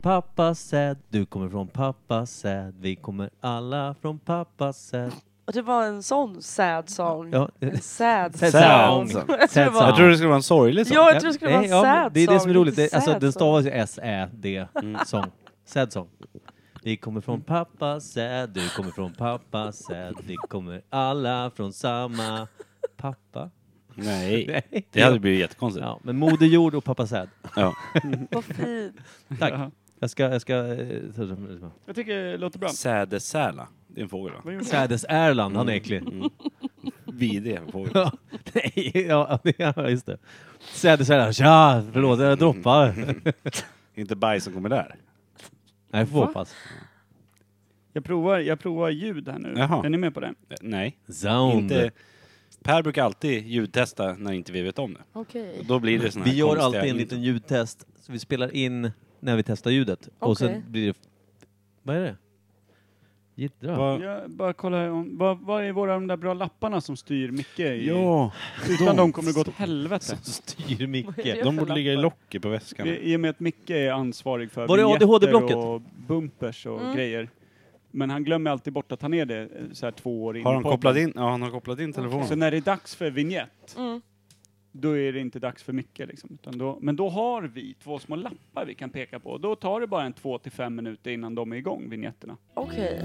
Pappa said, du kommer från pappa said, vi kommer alla från pappa said. Och det var en sån sad song. Ja. En sad Sad song. song. Jag tror det skulle vara en sorglig sång. Ja, jag tror det skulle vara en sad det är det som är song, roligt. inte Alltså sad den song. stavas ju S-Ä-D sång. Sad song. Vi kommer från pappa said, du kommer från pappa said, vi kommer alla från samma pappa. Nej, det hade blivit jättekonstigt. Ja, men Moder Jord och pappa said. Ja. Vad fint. Tack. Jag ska Jag tycker det låter bra. Sädesärla. Det är en fågel, va? Sädes Erland, han är äcklig. Vidrig fågel. Ja, nej, ja, just det. Sädes Erland, tja, förlåt, jag droppar. Inte bajs som kommer där. Nej, får hoppas. Jag provar ljud här nu. Jaha. Är ni med på det? Nej. Sound. Inte. Per brukar alltid ljudtesta när inte vi vet om det. Okej. Och då blir det såna här Vi gör konstiga alltid en intro. liten ljudtest. Så vi spelar in när vi testar ljudet. Och Okej. sen blir det... Vad är det? Jiddra. Vad- Jag bara kollar om, vad är de där bra lapparna som styr Micke i? Ja, Utan de kommer det gå åt helvete. Som styr Micke. Vad är det? de borde ligga i locket på väskan. I och med att Micke är ansvarig för Var det vignetter ADHD-blocket? och bumpers och grejer. Men han glömmer alltid bort att han är det så här 2 år in Har i han podden. kopplat in? Ja, han har kopplat in telefonen. Så när det är dags för vignett, Mm. då är det inte dags för mycket. Liksom. Men då har vi 2 små lappar vi kan peka på. Då tar det bara 2 till 5 minuter innan de är igång, vignetterna. Okej.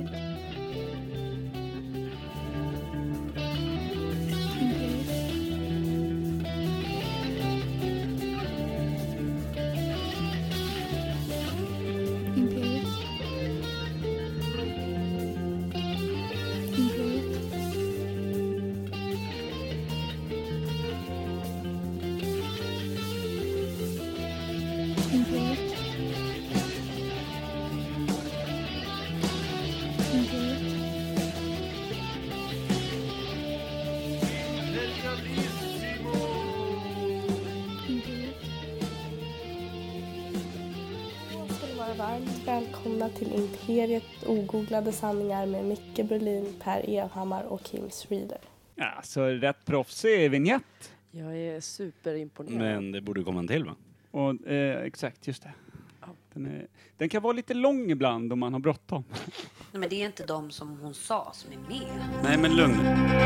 Ska ni vara varmt välkomna till Imperiet ogooglade sanningar med Micke Berlin, Per Evhammar och Kim Schreeder. Ja, så rätt proffsig vignett. Jag är superimponerad. Men det borde komma en till, va? Och, exakt, just det. Den kan vara lite lång ibland om man har bråttom. Nej, men det är inte de som hon sa som är med. Nej, men lugn.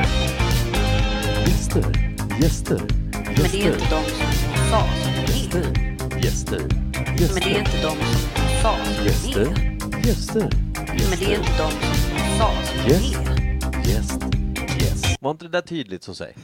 Gäster. Men det är inte de som hon sa som är med. Gäster. Men det är inte de som hon sa som är med. Gäster. Men det är inte de som hon sa som är med. Yes. Var inte det där tydligt så säg?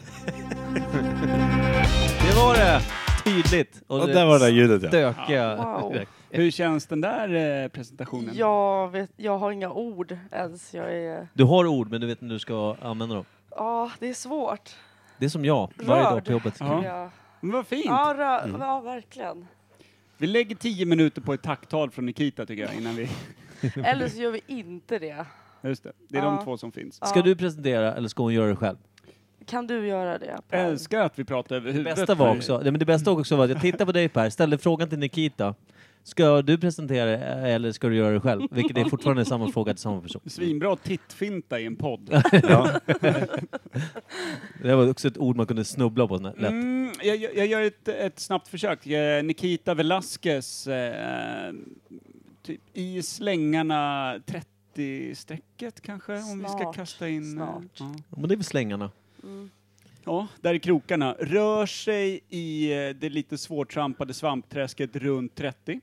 Det var det! Tydligt. Och där var det där ljudet, ja. Stökiga. Wow. Hur känns den där presentationen? Jag har inga ord ens. Du har ord men du vet inte hur du ska använda dem. Ja, det är svårt. Det är som jag, varje dag Rörd. på jobbet. Ja. Ja, Men vad fint. ja verkligen. Vi lägger 10 minuter på ett tacktal från Nikita tycker jag innan vi... Eller så gör vi inte det. Just det, det är Ja. de 2 som finns. Ska du presentera eller ska hon göra det själv? Kan du göra det, Jag Per? älskar att vi pratar över Det huvudet. bästa var också, nej, men det bästa också var att jag tittade på dig Per, ställde frågan till Nikita. Ska du presentera det eller ska du göra det själv? Vilket är fortfarande samma fråga till samma person. Svinbra tittfinta i en podd. Ja. Det var också ett ord man kunde snubbla på lätt. Jag gör ett snabbt försök. Nikita Velasquez, typ i slängarna 30-strecket kanske, om vi ska Snart, kasta in... snart. Ja. Men det är väl slängarna. Ja, där i krokarna. Rör sig i det lite svårtrampade svampträsket runt 30.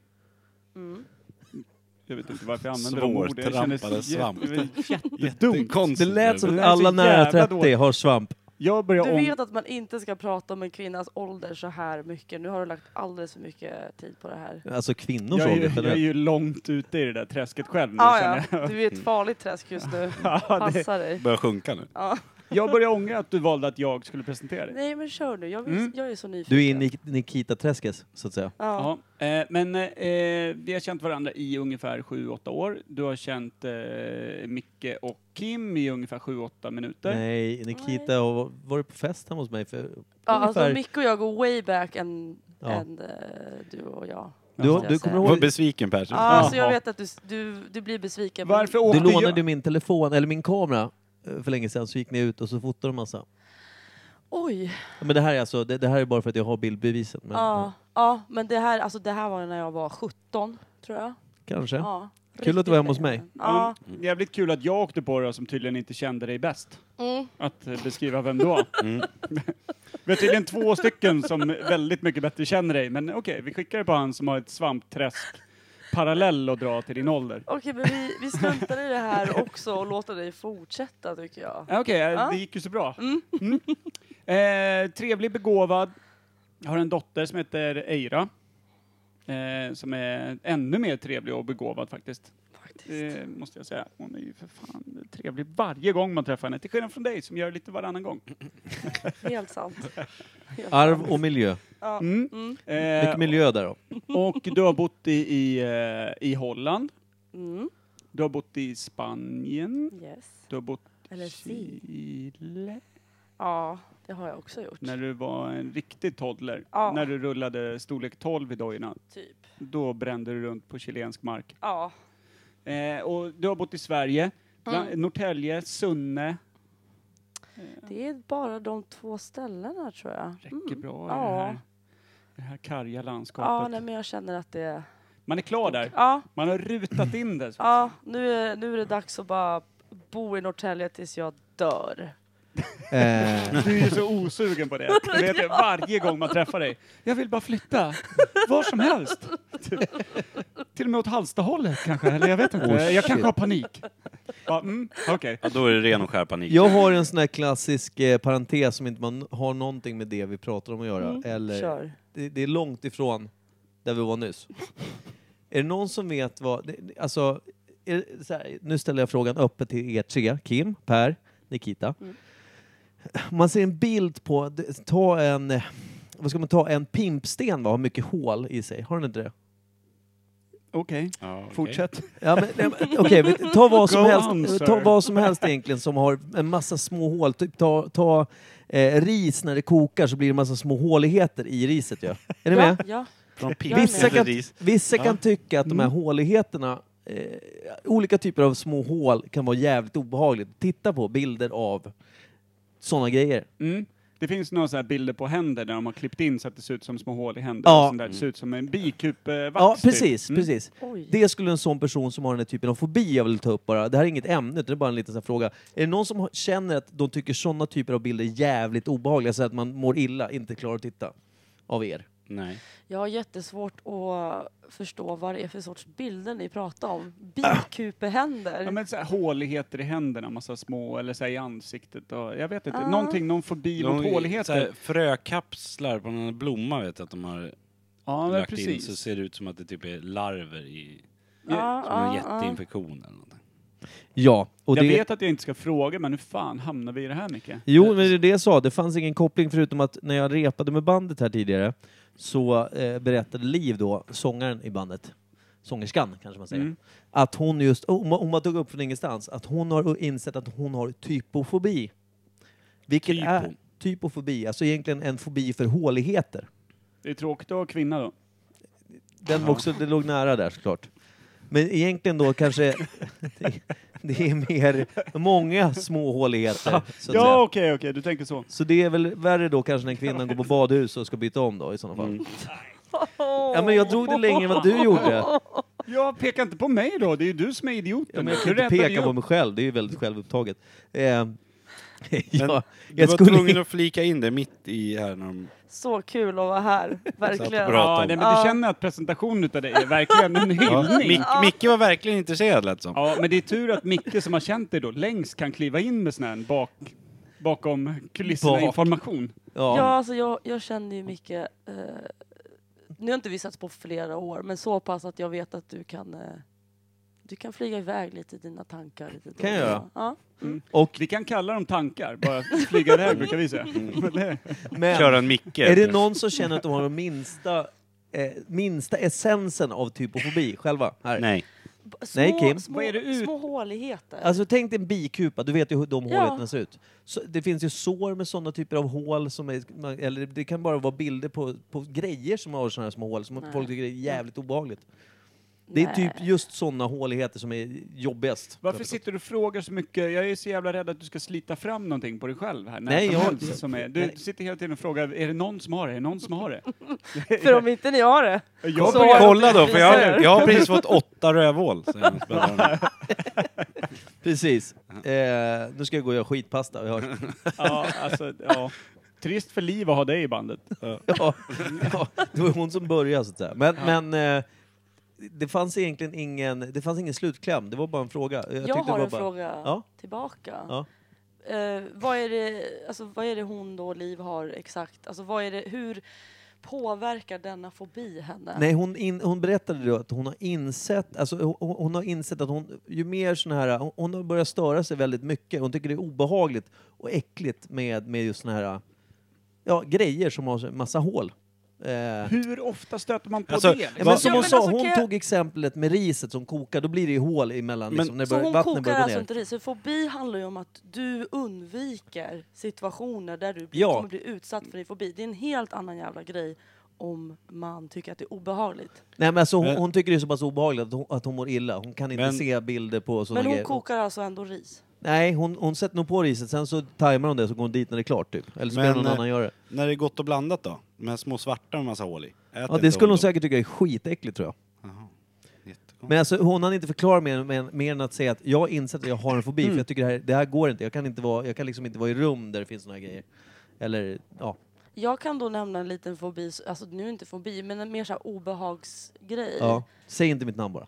Jag vet inte varför jag använder de orden. Jag känner Svårtrampade svamp. jättedumt. Det lät som Det att är så alla nära jävla 30 dåligt. har svamp. Jag börjar Du vet att man inte ska prata om en kvinnas ålder så här mycket. Nu har du lagt alldeles för mycket tid på det här. Alltså kvinnors jag ålder. är ju långt ute i det där träsket själv nu. Ja, känner jag. du är ett farligt träsk just nu. Ja, Passa dig. Börjar sjunka nu. Ja. Jag börjar ångra att du valde att jag skulle presentera dig. Nej, men kör nu. Jag är så nyfiken. Du är i Nikita-träskes, så att säga. Ja. Ja, men vi har känt varandra i ungefär 7-8 år. Du har känt Micke och Kim i ungefär 7-8 minuter. Nej, Nikita har varit på fest hemma hos mig för Alltså Micke och jag går way back än Ja. du och jag. Du kommer Var ihåg... besviken, Per. Ja, alltså jag Jaha. vet att du blir besviken. Varför Du åkte lånade jag? min telefon, eller min kamera, för länge sedan, så gick ni ut och så fotade de massa. Oj. Men det här är alltså, det här är bara för att jag har bildbevisen. Men, Ja, men det här var när jag var 17. tror jag. Kanske. Ja, Kul att du var hemma hos mig. Ja. Jävligt kul att jag åkte på det som tydligen inte kände dig bäst. Mm. Att beskriva vem du var. Vi har tydligen 2 stycken som väldigt mycket bättre känner dig. Men okej, vi skickar det på han som har ett svampträsk parallell att dra till din ålder. Okej, men vi struntar i det här också och låter dig fortsätta, tycker jag. Okej, det gick ju så bra. Trevlig, begåvad. Jag har en dotter som heter Eira. Som är ännu mer trevlig och begåvad faktiskt. Måste jag säga. Hon är ju för fan trevlig varje gång man träffar henne. Till skillnad från dig som gör lite varannan gång. Helt sant. Helt Arv sant. och miljö. Ja. Mycket miljö där då. Och du har bott i Holland. Mm. Du har bott i Spanien. Yes. Du har bott Eller i Chile. Ja, det har jag också gjort. När du var en riktig toddler. Ja. När du rullade storlek 12 i dojorna. Typ. Då brände du runt på chilensk mark. Ja. Och du har bott i Sverige. Norrtälje, Sunne. Det är bara de 2 ställena, tror jag. Räcker bra Ja. i det här karga landskapet. Ja, nej, men jag känner att det... Man är klar där. Ja, Man har rutat in det. ja, nu är det dags att bara bo i Norrtälje tills jag dör. Du är ju så osugen på det. Du vet det, varje gång man träffar dig. Jag vill bara flytta. Var som helst. Till och med åt Hallstahållet kanske. Eller jag vet inte. Jag kanske har panik. Ja, okej. Ja, då är det ren och skär panik. Jag har en sån här klassisk parentes som inte man har någonting med det vi pratar om att göra. Eller, Kör. det är långt ifrån där vi var nyss. Är det någon som vet vad... Alltså, så här, nu ställer jag frågan öppet till er 3. Kim, Per, Nikita. Man ser en bild på... Vad ska man ta? En pimpsten har mycket hål i sig. Har den inte det? Okej. Ja, okej. Fortsätt. Ja, men, okej, ta vad som Go helst. on, sir. Ta vad som helst egentligen som har en massa små hål. Typ ta ris när det kokar så blir det en massa små håligheter i riset. Ja. Är ni med? Ja. Från Vissa kan tycka att de här håligheterna, olika typer av små hål kan vara jävligt obehagligt. Titta på bilder av sådana grejer. Det finns några så här bilder på händer där de har klippt in så att det ser ut som små hål i händer. Ja. Och sånt där. Det ser ut som en bikupvax. Ja, precis. Typ. Precis. Oj. Det skulle en sån person som har den här typen av fobi jag vill ta upp bara. Det här är inget ämne, utan det är bara en liten sån här fråga. Är det någon som känner att de tycker såna typer av bilder är jävligt obehagliga så att man mår illa, inte klarar att titta av er? Nej. Jag har jättesvårt att förstå vad det är för sorts bilder ni pratar om. Bikupehänder. Ja, men så här, håligheter i händerna, massa små, eller så här, i ansiktet. Och, jag vet inte, någon fobi mot Så håligheter. här, frökapslar på någon blomma vet jag att de har Ja, men lagt in, precis. så ser det ut som att det typ är larver i Ja, som en ja, jätteinfektion eller något. Ja. Och Jag det... vet att jag inte ska fråga, men hur fan hamnar vi i det här, Micke? Jo, men det är det jag sa. Det fanns ingen koppling förutom att när jag repade med bandet här tidigare så berättade Liv då, sångaren i bandet, sångerskan kanske man säger, att hon just, hon tog upp från ingenstans, att hon har insett att hon har typofobi. Vilket är typofobi, alltså egentligen en fobi för håligheter. Det är tråkigt att vara kvinna då. Den också, det låg nära där såklart. Men egentligen då kanske det är mer många små håligheter. Så att säga. Ja, okej, du tänker så. Så det är väl värre då kanske när kvinnan går på badhus och ska byta om då i sådana fall. Ja, men jag drog det längre än vad du gjorde. Ja, peka inte på mig då. Det är ju du som är idioten. Ja, men jag kan inte peka på mig själv. Det är ju väldigt självupptaget. Ja, Du var tvungen att flika in det mitt i här när de... Så kul att vara här. Verkligen. Bra. Ja, nej, men du känner att presentationen utav dig är verkligen en hyllning. Micke var verkligen intresserad lät som. Ja, men det är tur att Micke som har känt dig då längst kan kliva in med sån här bakom kulisserna information. Ja, alltså jag känner ju mycket... nu har inte vi satts på flera år, men så pass att jag vet att du kan flyga iväg lite i dina tankar. Lite Kan jag göra? Ja. Och, Vi kan kalla dem tankar, bara flyga iväg brukar vi säga. men Köra en Micke. är det någon som känner att de har den minsta essensen av typofobi själva? Här. Nej. Nej, Kim. Små, små håligheter. Alltså tänk dig en bikupa, du vet ju hur de Ja. håligheterna ser ut. Så det finns ju sår med sådana typer av hål som är, eller det kan bara vara bilder på grejer som har sådana här små hål som folk tycker är jävligt obehagligt. Det är typ just sådana håligheter som är jobbigast. Varför sitter du och frågar så mycket? Jag är så jävla rädd att du ska slita fram någonting på dig själv här. Nej, Du sitter hela tiden och frågar, är det någon som har det? Är det någon som har det? För om inte ni har det. Jag Så- börjar- Kolla då, för jag har precis fått 8 rövhål. Precis. Nu ska jag gå och göra skitpasta. Ja, alltså, ja. Trist för Liv att ha dig i bandet. Ja, det var hon som började så att säga. Men det fanns egentligen ingen slutkläm. Det var bara en fråga. Jag tyckte har det var en bara... fråga Ja. tillbaka. Ja. Vad är det hon då, Liv, har exakt? Alltså hur påverkar denna fobi henne? Nej, hon berättade då att hon har insett, hon har insett att ju mer sån här, hon har börjat störa sig väldigt mycket. Hon tycker det är obehagligt och äckligt med just såna här grejer som har massa hål. Hur ofta stöter man på Alltså, det? Ja, men som hon sa, alltså, hon tog exemplet med riset som kokar, då blir det ju hål emellan liksom, när Så hon vattnet kokar börjar gå alltså ner. inte ris. Så fobi handlar ju om att du undviker situationer där du Ja. kommer bli utsatt för din fobi. Det är en helt annan jävla grej om man tycker att det är obehagligt. Nej, men alltså, hon tycker det är så pass obehagligt att hon mår illa. Hon kan inte Men- se bilder på sådana Men hon grejer. kokar alltså ändå ris. Nej, hon sätter nog på riset, sen så tajmar hon det så går hon dit när det är klart typ. Eller så ber någon annan göra det. När det är gott och blandat då? De här små svarta med massa hål i. Ja, det skulle hon säkert tycka är skitäckligt, tror jag. Jaha. Jättekonstigt. Men alltså, hon har inte förklarat mer än att säga att jag inser att jag har en fobi, för jag tycker det här går inte. Jag kan liksom inte vara i rum där det finns såna här grejer. Eller, ja. Jag kan då nämna en liten fobi, alltså nu inte fobi, men en mer så här obehagsgrej. Ja. Säg inte mitt namn bara.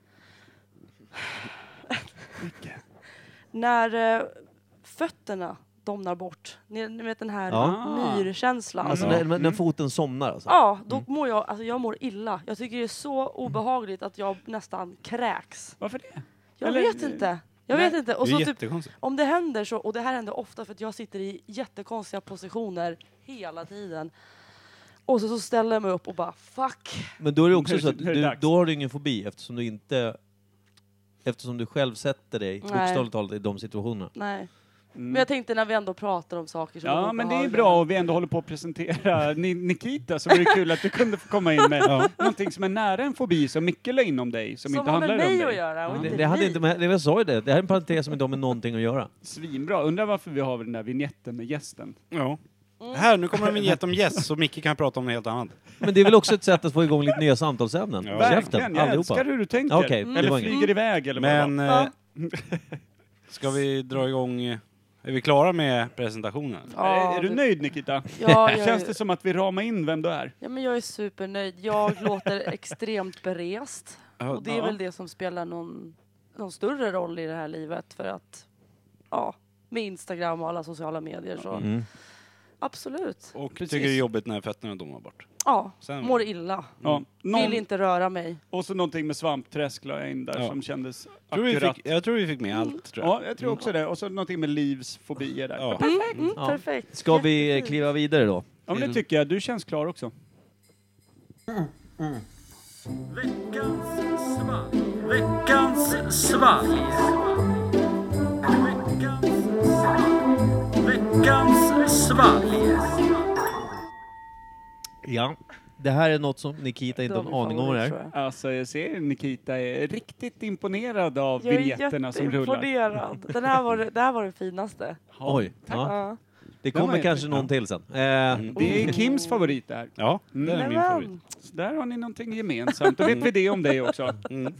När fötterna domnar bort, ni vet den här Ja. myrkänslan. Alltså när foten somnar alltså. Ja, då mår jag mår illa. Jag tycker det är så obehagligt att jag nästan kräks. Varför det? Jag Eller- vet inte. Jag Nej, vet inte. Det Och är så typ, jättekonstigt. om det händer så, och det här händer ofta för att jag sitter i jättekonstiga positioner hela tiden. Och så ställer jag mig upp och bara fuck. Men då är det också så att Nu är det dags. då har du ingen fobi eftersom du själv sätter dig Nej. bokstavligt talat i de situationerna. Nej. Men jag tänkte när vi ändå pratar om saker som Ja, men det är obehagliga. bra och vi ändå håller på att presentera Nikita, så var det kul att du kunde få komma in med någonting som är nära en fobi som Micke la in om dig, som inte har med handlar om mig att dig. göra och Det, inte det hade Liv. inte med, jag sa ju det. Det här är en parentes som inte har med någonting att göra. Svinbra. Undrar varför vi har den där vignetten med gästen. Ja. Här, nu kommer en vignett om gäst så Micke kan prata om något helt annat. Men det är väl också ett sätt att få igång lite nya samtalsämnen. Ja. Käften, Verkligen, jag allihopa. älskar hur du tänker. Okej, det Eller var inget. flyger iväg eller vad Men Ja. ska vi dra igång... Är vi klara med presentationen? Ja, är du nöjd, Nikita? Ja, jag Känns är- det som att vi ramar in vem du är? Ja, men jag är supernöjd. Jag låter extremt berest. Och det är Ja. väl det som spelar någon större roll i det här livet. För att, ja, med Instagram och alla sociala medier så Mm. absolut. Och Precis. tycker det är jobbigt när fötterna domnar bort. Ja, Sen- mår illa. Ja. Vill inte röra mig. Och så någonting med svampträsk la jag in där Ja. som kändes Jag akkurat. tror vi fick med allt, tror jag. Ja, jag tror också det. Och så någonting med livsfobier där. Ja. Ja. Perfekt. Ska vi Jättefint. kliva vidare då? Ja, men det tycker jag. Du känns klar också. Ja. Det här är något som Nikita inte Då har har en vi aning om vad det favorit, är. tror jag. Alltså, jag ser Nikita är riktigt imponerad av Jag är vigneterna som rullar. jätteimponerad. Det här var det finaste. Oj. Ja. Ja. Det Den var kommer kanske jättebra. någon till sen. Det är Kims favorit det här. Ja, det är min Nämen. favorit. Så där har ni någonting gemensamt. Då vet vi det om dig också.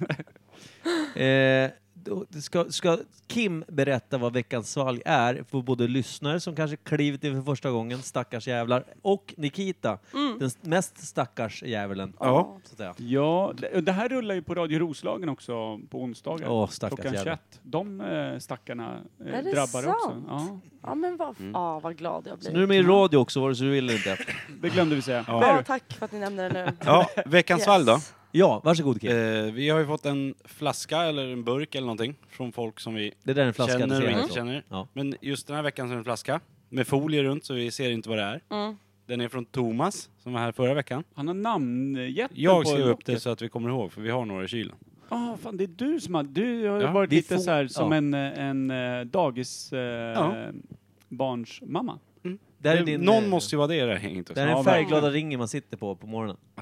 Ska Kim berätta vad veckans svalg är för både lyssnare som kanske klivit in för första gången, stackars jävlar, och Nikita, den mest stackars jävlen. Ja. Så att säga. Ja, det här rullar ju på Radio Roslagen också på onsdagar. Åh, stackars klockan jävlar. 21. De stackarna Är det drabbar sant? också. Ja, Ja, men vad glad jag blir. Så nu är de med i radio också, vare sig du vill eller inte. det glömde vi säga. Ja, tack för att ni nämnde det nu. Ja, veckans svalg då. Ja, varsågod Kim. Vi har ju fått en flaska eller en burk eller någonting från folk som vi Det där är en flaska. känner det och ser jag inte så. känner. Ja. Men just den här veckan så är det en flaska med folie runt så vi ser inte vad det är. Mm. Den är från Thomas som var här förra veckan. Han har namngett Jag på skrev upp locket. det så att vi kommer ihåg för vi har några i kylen. Fan, det är du som har... Du har Ja, varit det är lite så här som ja. en dagis barns mamma. Det här är din, Någon måste ju vara det i det här gänget det också. här är den Ja, färgglada ringen man sitter på morgonen.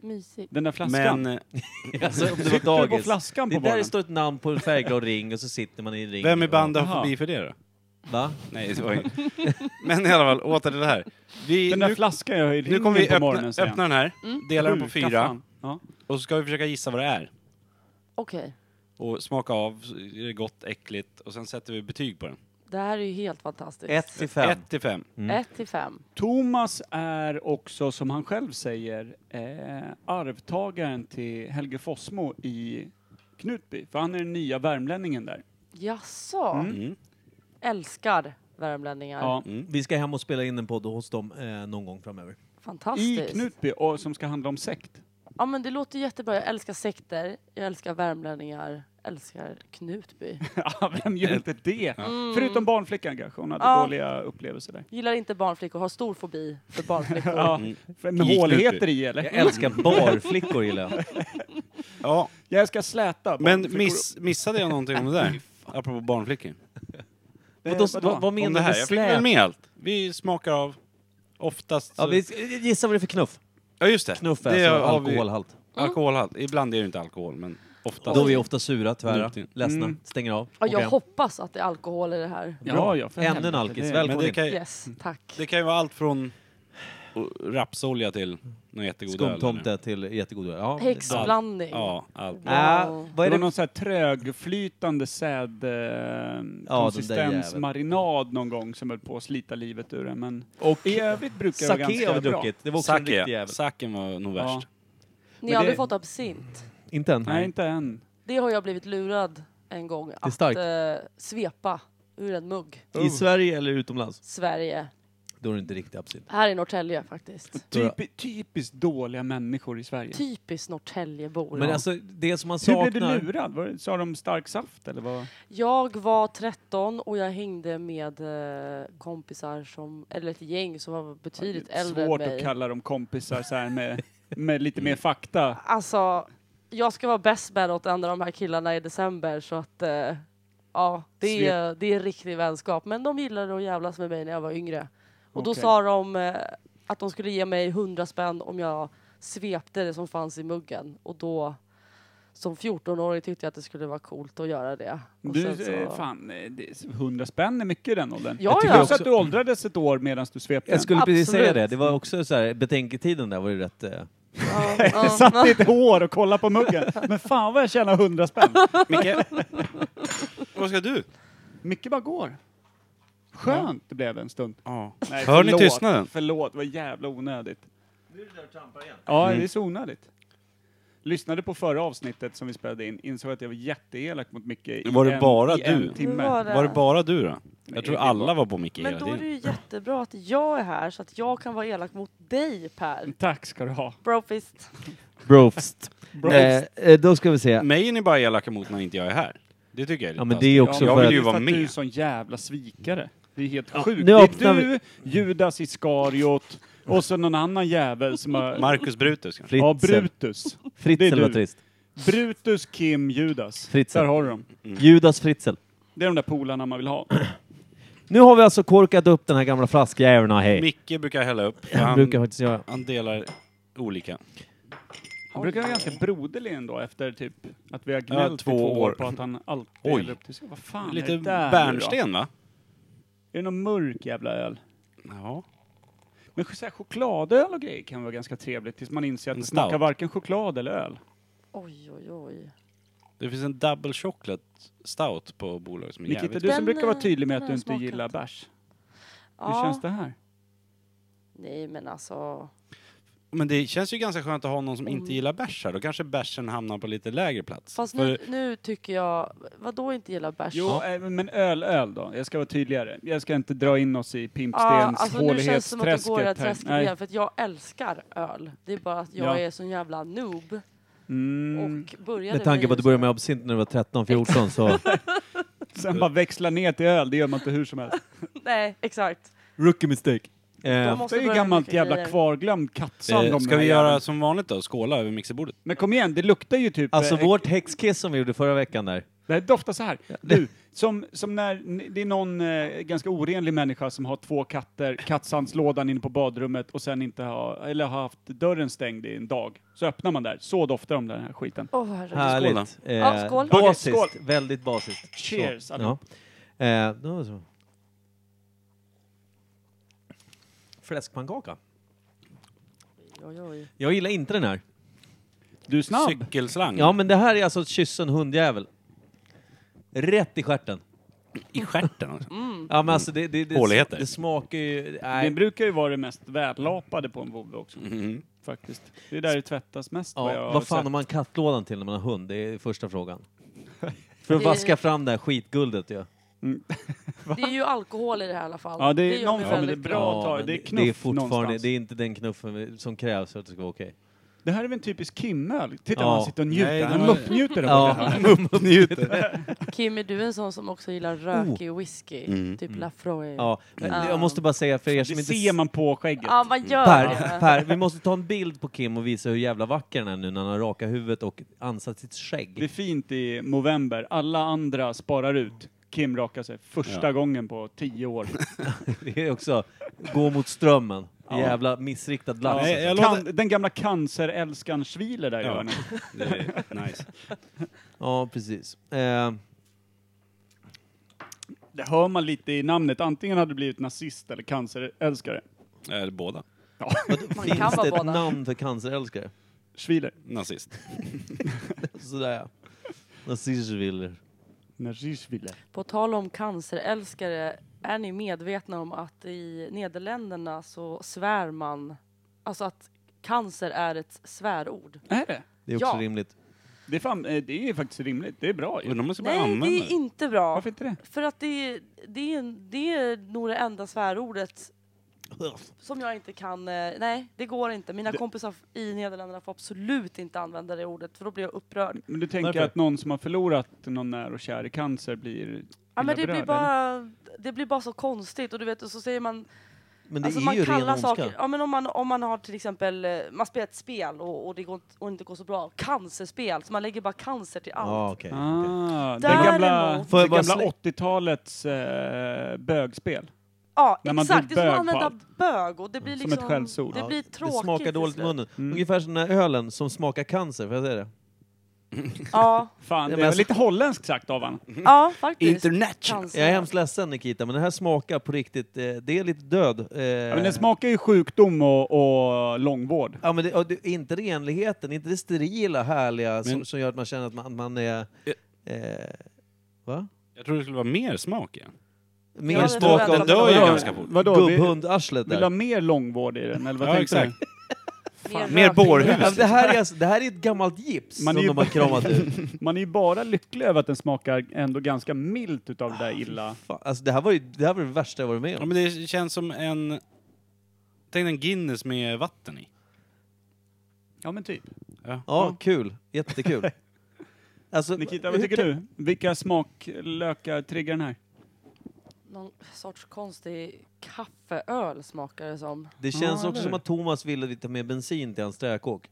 Mysigt. Den där flaskan. Men Alltså, om det var Sitter du på dagis. flaskan på Det där morgonen? står ett namn på en färgglad ring och så sitter man i en ring. vem i bandet har Jaha. fobi för det då? Va? Nej, det var ju... Men i alla fall, åter till det här. Den där flaskan jag har i Nu kommer ringen vi på morgonen. säger öppna han. den här, dela den på 7, 4 fan. Ja. och så ska vi försöka gissa vad det är. Okej. Och smaka av, är det gott, äckligt och sen sätter vi betyg på den. Det här är ju helt fantastiskt. 1-5. 1-5. 1-5. Thomas är också, som han själv säger, arvtagaren till Helge Fossmo i Knutby. För han är den nya värmlänningen där. Jaså? Mm. Älskar värmlänningar. Ja. Vi ska hem och spela in en podd hos dem någon gång framöver. Fantastiskt. I Knutby, och som ska handla om sekt. Ja, men det låter jättebra. Jag älskar sekter. Jag älskar värmlänningar. Älskar Knutby. Ja, vem gör inte det? Förutom barnflickan kanske, hon hade Ja. dåliga upplevelser där. Gillar inte barnflickor. Har stor fobi för barnflickor. Ja, med I håligheter Knutby. i eller? Jag älskar barflickor gillar jag. Ja, Jag ska släta men barnflickor. missade jag någonting om det där? Apropå barnflickor. Vadå, vadå? vad Om menar det du här, med jag fick väl släp? med allt. Vi smakar av oftast... Ja, vi gissar vad det är för knuff. Ja, just det. Knuff är Det alltså har vi- alkoholhalt. Alkoholhalt. Ibland är det inte alkohol, men oftast. Då är vi ofta sura, tvära, Mm. ledsna, stänger av. Ja, åker jag hem. hoppas att det är alkohol i det här. Ja, för Ännu en helvete, alkis. det- Välkommen Men det in. kan, Yes, tack. det kan ju vara allt från rapsolja till någon jättegod öl. Skumtomte till jättegod öl. Ja, Häxblandning. Ja, allt. Vad Det är var det? någon sån här trögflytande konsistensmarinad någon gång som höll på att slita livet ur det. Men Och i övrigt brukar det vara sake har ganska vi bra. druckit. Det var också en riktig Sake. jävel. Saken var nog Ja. värst. Ni Men har aldrig det- fått absint? Inte än. Nej, inte än. Det har jag blivit lurad en gång. är Att starkt. svepa ur en mugg. I Sverige eller utomlands? Sverige. Då är det inte riktigt absint. Här i Norrtälje faktiskt. Typiskt dåliga människor i Sverige. Typiskt Norrtäljebor. Men alltså, det som man Hur blev du saknar... lurad? Sa de stark saft eller vad? Jag var 13 och jag hängde med kompisar som, eller ett gäng som var betydligt äldre än Svårt mig. att kalla dem kompisar så här med lite mer fakta. Alltså, jag ska vara best man åt en av de här killarna i december så att ja, det är riktig vänskap. Men de gillade att jävlas med mig när jag var yngre. Och då Okej. sa de att de skulle ge mig 100 spänn om jag svepte det som fanns i muggen. Och då, som 14-åring tyckte jag att det skulle vara coolt att göra det. Och Du, sen så- fan, 100 spänn är mycket i den åldern. Ja, tycker ja. Plus också- att du åldrades ett år medan du svepte Jag den. skulle precis Absolut. säga det. Det var också så här, betänketiden där var ju rätt... Ja, Jag satt i ett år och kollade på muggen. Men fan vad jag tjänar 100 spänn. Micke, vad ska du? Mycket bara går. Skönt det blev en stund. Ja. Nej, Hör ni förlåt. tystnaden? Förlåt, det var jävla onödigt. Ja, det är så onödigt. Lyssnade på förra avsnittet som vi spelade in, insåg att jag var jätteelak mot Micke i Var det bara i en du? timme. Var det? Var det bara du då? Nej, Jag tror det alla var- var på Micke Men hela då är det tiden. ju jättebra att jag är här så att jag kan vara elak mot dig, Per. Tack ska du ha. Brofist. Brofst. Brofst. Då ska vi se. Mig är ni bara elaka mot när inte jag är här. Det tycker jag är lite Ja, men det är ju också Jag för vill att... ju för vara att du är med. sån jävla svikare. Det är helt Ja, sjukt. nu Det öppnar är du, Judas Iskariot och så någon annan jävel som har... Marcus Brutus kanske. Ja, Fritzl. Brutus. Det är Fritzl var du. trist. Brutus, Kim, Judas. Fritzl. Där har du dem. Judas Fritzl. Det är de där polarna man vill ha. Nu har vi alltså korkat upp den här gamla flaskjäveln och hej. Micke brukar hälla upp. Jag brukar faktiskt göra. Han delar olika. Han brukar vara ganska broderlig ändå efter typ att vi har gnällt i 2 2 år år på att han alltid Oj. häller upp till sig. Vad fan Lite är det där bärnsten va? Då? Är det någon mörk jävla öl? Ja. Men så här, chokladöl och grejer kan vara ganska trevligt tills man inser att En det smakar stout. varken choklad eller öl. Oj, oj, oj. Det finns en double chocolate stout på bolag som är Nikita, jävligt. du som Den, brukar vara tydlig med den att har du jag inte smakat. gillar bärs. Hur Ja. känns det här? Nej, men alltså... Men det känns ju ganska skönt att ha någon som inte gillar bärs här. Då kanske bärsen hamnar på lite lägre plats. Fast För nu tycker jag... Vadå inte gillar bärs? Jo, men öl då. Jag ska vara tydligare. Jag ska inte dra in oss i Ja, Pimpstens alltså nu känns det som att du går i hålighetsträsket det här. träsket Nej. igen, för att jag älskar öl. Det är bara att jag Ja. är sån jävla noob. Mm. Och började Med tanke på att du började med absint när du var 13-14 så... Sen bara växla ner till öl, det gör man inte hur som helst. Nej, exakt. Rookie mistake. De måste Det är ju börja med gammalt mycket jävla grejer. kvarglömd kattsand om ska den vi här göra jäveln. som vanligt då? Skåla över mixerbordet? Men kom igen, det luktar ju typ... Alltså vårt häxkiss som vi gjorde förra veckan där. Det här doftar så här. Du, som när det är någon ganska orenlig människa som har 2 katter, kattsandslådan inne på badrummet och sen inte har haft dörren stängd i en dag. Så öppnar man där. Så doftar de den här skiten. Härligt. Ja, skål. Basiskt. Skål. Väldigt basiskt. Cheers, Så. allihop. Ja. Då så. Fläskpannkaka. Oj. Jag gillar inte den här. Du är snabb. Cykelslang. Ja, men det här är alltså ett kyssen hundjävel. Rätt i stjärten. I stjärten också. Ja, men alltså det Håligheter. det smakar ju... Det Nej. brukar ju vara det mest vällapade på en vovve också. Faktiskt. Det är där det tvättas mest. Ja, vad fan har man kattlådan till när man har hund? Det är första frågan. För att vaska fram det här skitguldet, ja. Det är ju alkohol i det här i alla fall. Ja, det är gör någon mig form, det är väldigt bra. glad. Det är knuff det är fortfarande, någonstans. det är inte den knuffen som krävs för att det ska vara okej. Det här är väl en typisk Kim-öl. Titta, Ja. han sitter och njuter. Nej, Han det var- muppnjuter. Kim, är du en sån som också gillar rökig whisky? Typ Lafroy? Ja, men jag måste bara säga för er som Det inte... ser man på skägget. Ja, man gör det. Per, vi måste ta en bild på Kim och visa hur jävla vacker den är nu när han har raka huvudet och ansatt sitt Det är skägg. fint i november. Alla andra sparar ut. Kim rakar sig första gången på 10 år. Det är också gå mot strömmen. Ja. Jävla missriktad lax. Nej, jag Den gamla cancerälskaren Schwiler där gör ni. Det är nice. Ja, precis. Det hör man lite i namnet. Antingen hade du blivit nazist eller cancerälskare. Eller båda. Man Finns kan det vara ett båda. namn för cancerälskare? Schwiler. Nazist. Sådär ja. Nazistviller. Nazistschwiler. På tal om cancerälskare, är ni medvetna om att i Nederländerna så svär man, alltså att cancer är ett svärord? Är det? Det är också Ja. rimligt. Det är faktiskt rimligt. Det är bra ju. Undrar om man ska börja Nej, använda det det. är inte bra. Varför inte det? För att det är nog det enda svärordet som jag inte kan... Nej, det går inte. Mina kompisar i Nederländerna får absolut inte använda det ordet, för då blir jag upprörd. Men du tänker Varför? att någon som har förlorat någon när och kär i cancer blir Ja, men illa det blir bara så konstigt. Och du vet, och så säger man... Men det Alltså är man ju ren kallar ondska. saker... Ja, men om man har till exempel... Man spelar ett spel och det går och inte går så bra. Cancerspel. Så man lägger bara cancer till allt. Ja, okej. Ah, Däremot- Får jag bara 80-talets bögspel. Ja, När man exakt. drog Det är som att bög på använda bög. Och det blir Som liksom... ett skällsord. Det blir Det tråkigt. smakar till dåligt i slut. munnen. Ungefär som den här ölen som smakar cancer, får jag säga det? Ja, Fan, det men är alltså- lite holländskt sagt av han. ja, faktiskt. International. Cancer. Jag är hemskt ledsen Nikita, men den här smakar på riktigt, det är lite död. Ja, men den smakar ju sjukdom och långvård. Ja, men det, inte renligheten, inte det sterila, härliga Men- som gör att man känner att man är... Va? Jag tror det skulle vara mer smak igen. Mer Ja, det smak tror jag. av Den dör ju Vadå? ganska fort. Vadå? gubbhundarslet Vill du ha där. mer långvård i den? Eller vad Ja, tänkte exakt. Mer Mer rökning. bårhus. Ja, det här är ett gammalt gips Man är som ju de har kramat ut. du? Man är ju bara lycklig över att den smakar ändå ganska milt utav det där illa. Fan, alltså det här var det värsta jag varit med Ja, om. men det känns som en... Tänk en Guinness med vatten i. Ja, men typ. Ja, kul. Jättekul. Alltså, Nikita, vad hur tycker kan- du? Vilka smaklökar triggar den här? Någon sorts konstig kaffeöl smakar det som. Det känns Ja, också eller? som att Thomas ville lite mer bensin till hans sträkåk.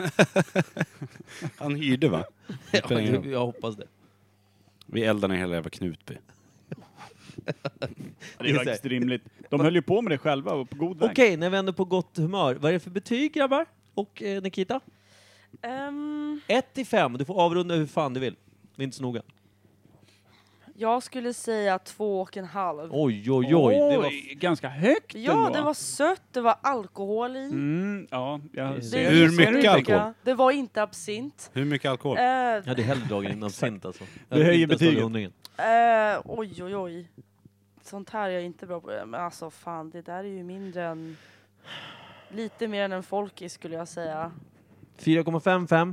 Han hyrde va? Ja, jag hoppas det. Vi eldar ner hela jävla Knutby. Det är faktiskt rimligt. De höll ju på med det själva och på god väg. Okej, när vi ändå på gott humör. Vad är det för betyg, grabbar? Och Nikita? 1-5. Du får avrunda hur fan du vill. Det är inte så noga. Jag skulle säga 2,5. Oj. Det var... ganska högt Ja, ändå. det var sött, det var alkohol i. Ja, jag Det- ser. Hur ser mycket du? alkohol? Det var inte absint. Hur mycket alkohol? Jag hade hellre dragit in absint alltså. Jag Det hade höjer inte ens tagit betyget. hundringen. Oj. Sånt här är jag inte bra på. Men alltså fan, det där är ju mindre än... Lite mer än en folkis skulle jag säga. 4,55.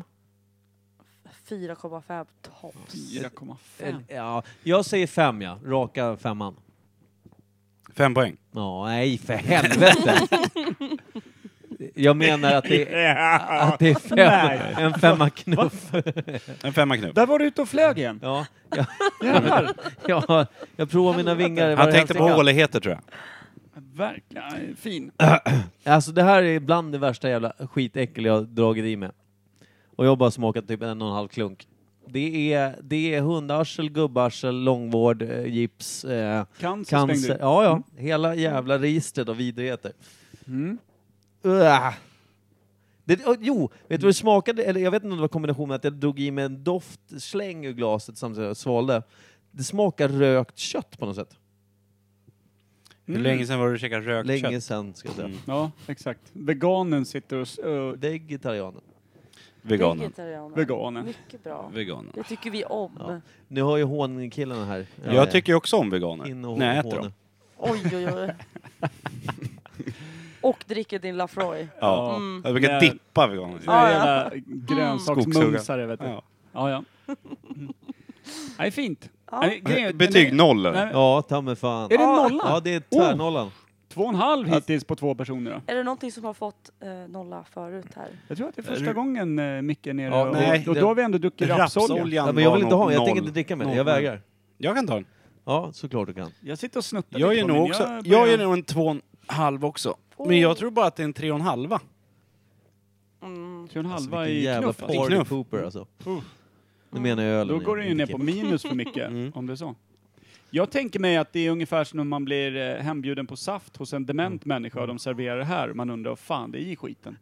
4,5 tops. 4,5. Ja, jag säger 5 ja. Raka 5:an. 5 poäng. Ja, nej för helvete. Jag menar att det är 5. Nej. En 5-knuff. En 5-knuff. Där var du ute och flög igen. Ja, Jävlar. jag provar mina vingar. Han tänkte på håligheter tror jag. Verkligen. Fin. Alltså det här är bland det värsta jävla skitäckel jag har dragit i med. Och jag har bara smakat typ 1,5 klunk. Det är hundarsel, gubbarsel, långvård, gips, Cancer slängde du. Ja. Hela jävla registret av vidrigheter. Mm. Vet du vad det smakade? Eller jag vet inte om det var kombination med att jag drog i mig en doftsläng ur glaset samtidigt som jag svalde. Det smakar rökt kött på något sätt. Hur länge sedan var du käkade rökt Länge kött? sedan, ska jag säga. Ja, exakt. Veganen sitter och... Vegetarianen. Veganen. Veganen. Mycket bra. Veganen. Det tycker vi om. Ja. Nu har ju hånkillarna här. Jag tycker också om veganer. In och när jag äter håne. dem. Oj. Och dricker din Lafroy. Ja. Mm. Jag brukar Nej. dippa veganer. Såna Ja, jävla grönsaksmumsare, vet du. Ja. Ja. Nej, fint. Ja. Nej, grejen- Betyg den 0 eller? Nej, Ja, ta mig fan. Är det nollan? Ja, det är tvärnollan. 2,5 hittills på 2 personer då. Är det någonting som har fått nolla förut här? Jag tror att det är första gången Micke är nere. Ja, nej, och då har vi ändå druckit rapsolja. Rapsoljan Ja, men jag vill var inte ha, jag noll. tänker inte dricka med det. Jag Noll. vägrar. Jag kan ta den. Ja, såklart du kan. Jag sitter och snuttar Jag lite ger på nog min. också. Jag Jag ger börjar- nog en 2,5 också. Men jag tror bara att det är en 3,5. Mm. 3,5 Vilken i jävla knuff. alltså. party Knuff. pooper alltså. Uh. Nu menar jag ölen. Då går det ju ner på minus för mycket, om det är så. Jag tänker mig att det är ungefär som när man blir hembjuden på saft hos en dement människa och de serverar det här. Man undrar vad fan det är i skiten.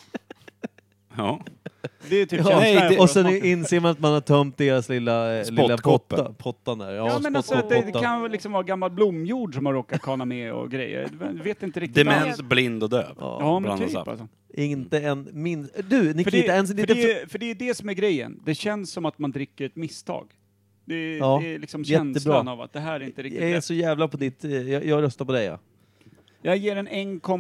Ja. Det är typ Ja, känslan jag får och sen av smaken. inser man att man har tömt deras lilla Spottkoppen. pottan där. Ja, men alltså att det pottan. kan väl liksom vara gammal blomjord som har råkat kana med och grejer. Jag vet inte riktigt. Dement, blind och döv. Ja, men Bland typ saft. alltså. Inte en min... Du, Nikita, För det är det som är grejen. Det känns som att man dricker ett misstag. Det Ja, är liksom jättebra. känslan av att det här är inte riktigt Jag är rätt. så jävla på ditt... Jag röstar på dig, ja. Jag ger en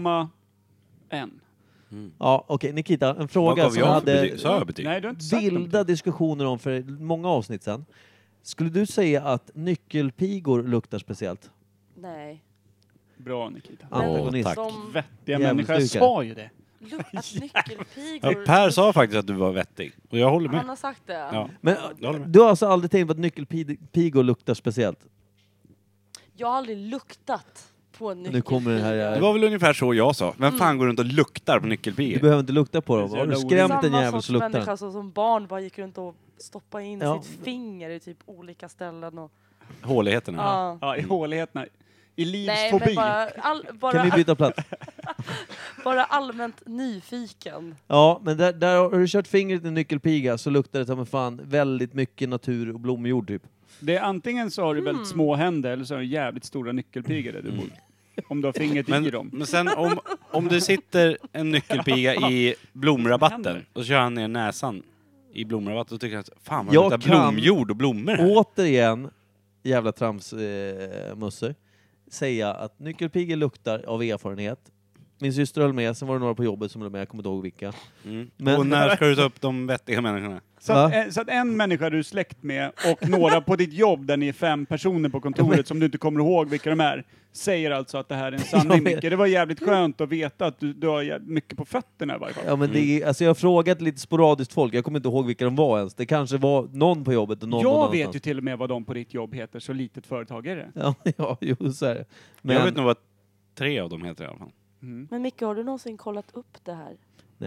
1,1. Ja, okej. Nikita, en Vad fråga gav som jag för hade betyg? Så har jag betyg. Nej, du har inte sagt vilda någonting. diskussioner om för många avsnitt sedan. Skulle du säga att nyckelpigor luktar speciellt? Nej. Bra Nikita. Antagonist. tack. De Vettiga människor. Jag Jävelstukar. sa ju det. att Ja, nyckelpigor... Per sa faktiskt att du var vettig. Och jag håller Han med. har sagt det. Ja. Men Jag håller med. du har alltså aldrig tänkt på att nyckelpigor luktar speciellt? Jag har aldrig luktat på en Nu kommer det nyckelpiga. här... Det var väl ungefär så jag sa. Vem fan går runt och luktar på Du nyckelpigor? behöver inte lukta på dem. Det är så Har du jävla skrämt en Samma jävel sorts så luktar människa den. som barn bara gick runt och stoppade in Ja. sitt finger i typ olika ställen. Och, Håligheterna. ja. Ja, i håligheterna. I Nej, livsfobi. men Kan vi byta plats? bara allmänt nyfiken. Ja, men där har du kört fingret i en nyckelpiga så luktar det som fan väldigt mycket natur och blomjord typ. Det är antingen så har du väldigt små händer eller så har du jävligt stora nyckelpigor där du bor. Om du har fingret i dem. Men sen om det sitter en nyckelpiga i blomrabatten och så kör han ner näsan i blomrabatten och tycker han fan vad Jag det luktar kan- blomjord och blommor här. Återigen, jävla tramsmusser, säga att nyckelpigor luktar av erfarenhet. Min syster höll med, sen var det några på jobbet som höll med, jag kommer inte ihåg vilka. Men- Och när ska du ta upp de vettiga människorna? Så att en människa du är släkt med och några på ditt jobb där ni är 5 personer på kontoret som du inte kommer ihåg vilka de är, säger alltså att det här är en sanning, Jag vet. Micke. Det var jävligt skönt att veta att du har mycket på fötterna i varje fall. Ja, men det är, alltså jag har frågat lite sporadiskt folk, jag kommer inte ihåg vilka de var ens. Det kanske var någon på jobbet och någon Jag någonstans. vet ju till och med vad de på ditt jobb heter, så litet företag är det. Ja, jo, så är det. Men Jag vet nog vad 3 av dem heter i alla fall. Men Micke, har du någonsin kollat upp det här?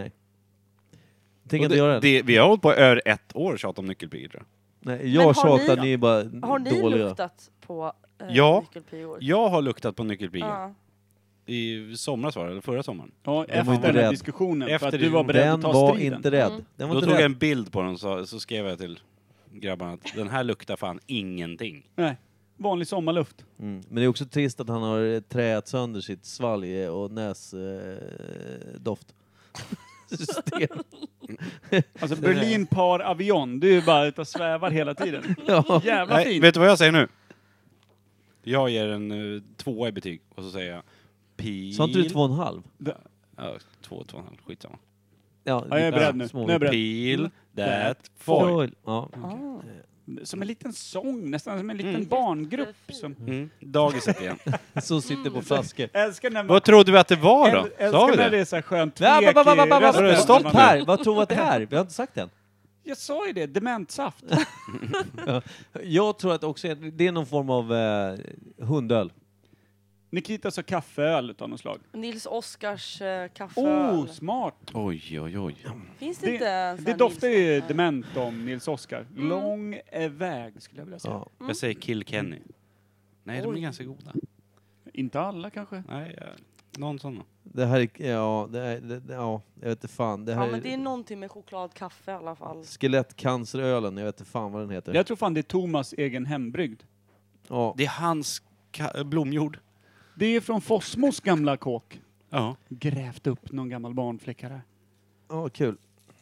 tänk Och inte göra det. vi har hållit på över 1 år och tjatat om nyckelpigor tror jag. Nej, Men jag har tjatar, ni- ni är bara Har ni dåliga. luktat på Ja. nyckelpigor? Jag har luktat på nyckelpigor. Ja. I somras var det, eller förra sommaren. Ja, var efter inte den här rädd. diskussionen. Efter för att du var diskussionen. beredd Den att ta var striden. inte rädd. Mm. Den var Då inte tog jag rädd. en bild på den så skrev jag till grabbarna att den här luktar fan ingenting. Nej, vanlig sommarluft. Mm. Men det är också trist att han har träat sönder sitt svalg och näsdoft. System. Alltså Berlin par avion, du är bara ute och svävar hela tiden. Ja. Jävla Nej, fint. vet du vad jag säger nu? Jag ger en 2 i betyg och så säger jag pil. Sa inte du 2,5? Ja, 2,5, skitsamma. Ja, Ja, jag är beredd nu. små- Nu är jag beredd. Pil, that, Foil. foil. Ja. Ah. Som en liten sång, nästan som en liten Mm. barngrupp. Som... Dagiset igen. Som sitter på flaskor. Älskar när man... Vad trodde vi att det var då? Sa Älskar vi när det det? är så här skönt Va, tvek va, va, va, va, va, i rösten. va, stopp Man- här! Vad tror du att det är? Vi har inte sagt det än. Jag sa ju det, dementsaft. Jag tror att också det är någon form av hundöl. Nikitas har kaffeöl utav något slag. Nils Oskars kaffeöl. Smart! Oj. Finns det inte Det doftar ju dement om Nils Oskar. Lång väg skulle jag vilja säga. Ja. Jag säger Kill Kenny. Nej, de är Oj. ganska goda. Inte alla kanske. Nej, någon sån. Det här är, ja, jag vet inte fan. Det här Ja, men det är någonting med chokladkaffe i alla fall. skelettcancerölen, jag vet inte fan vad den heter. Jag tror fan det är Thomas egen hembrygd. Ja. Det är hans blomjord. Det är från Fossmos gamla kåk. Ja. Grävt upp någon gammal barnflicka där. Ja, kul.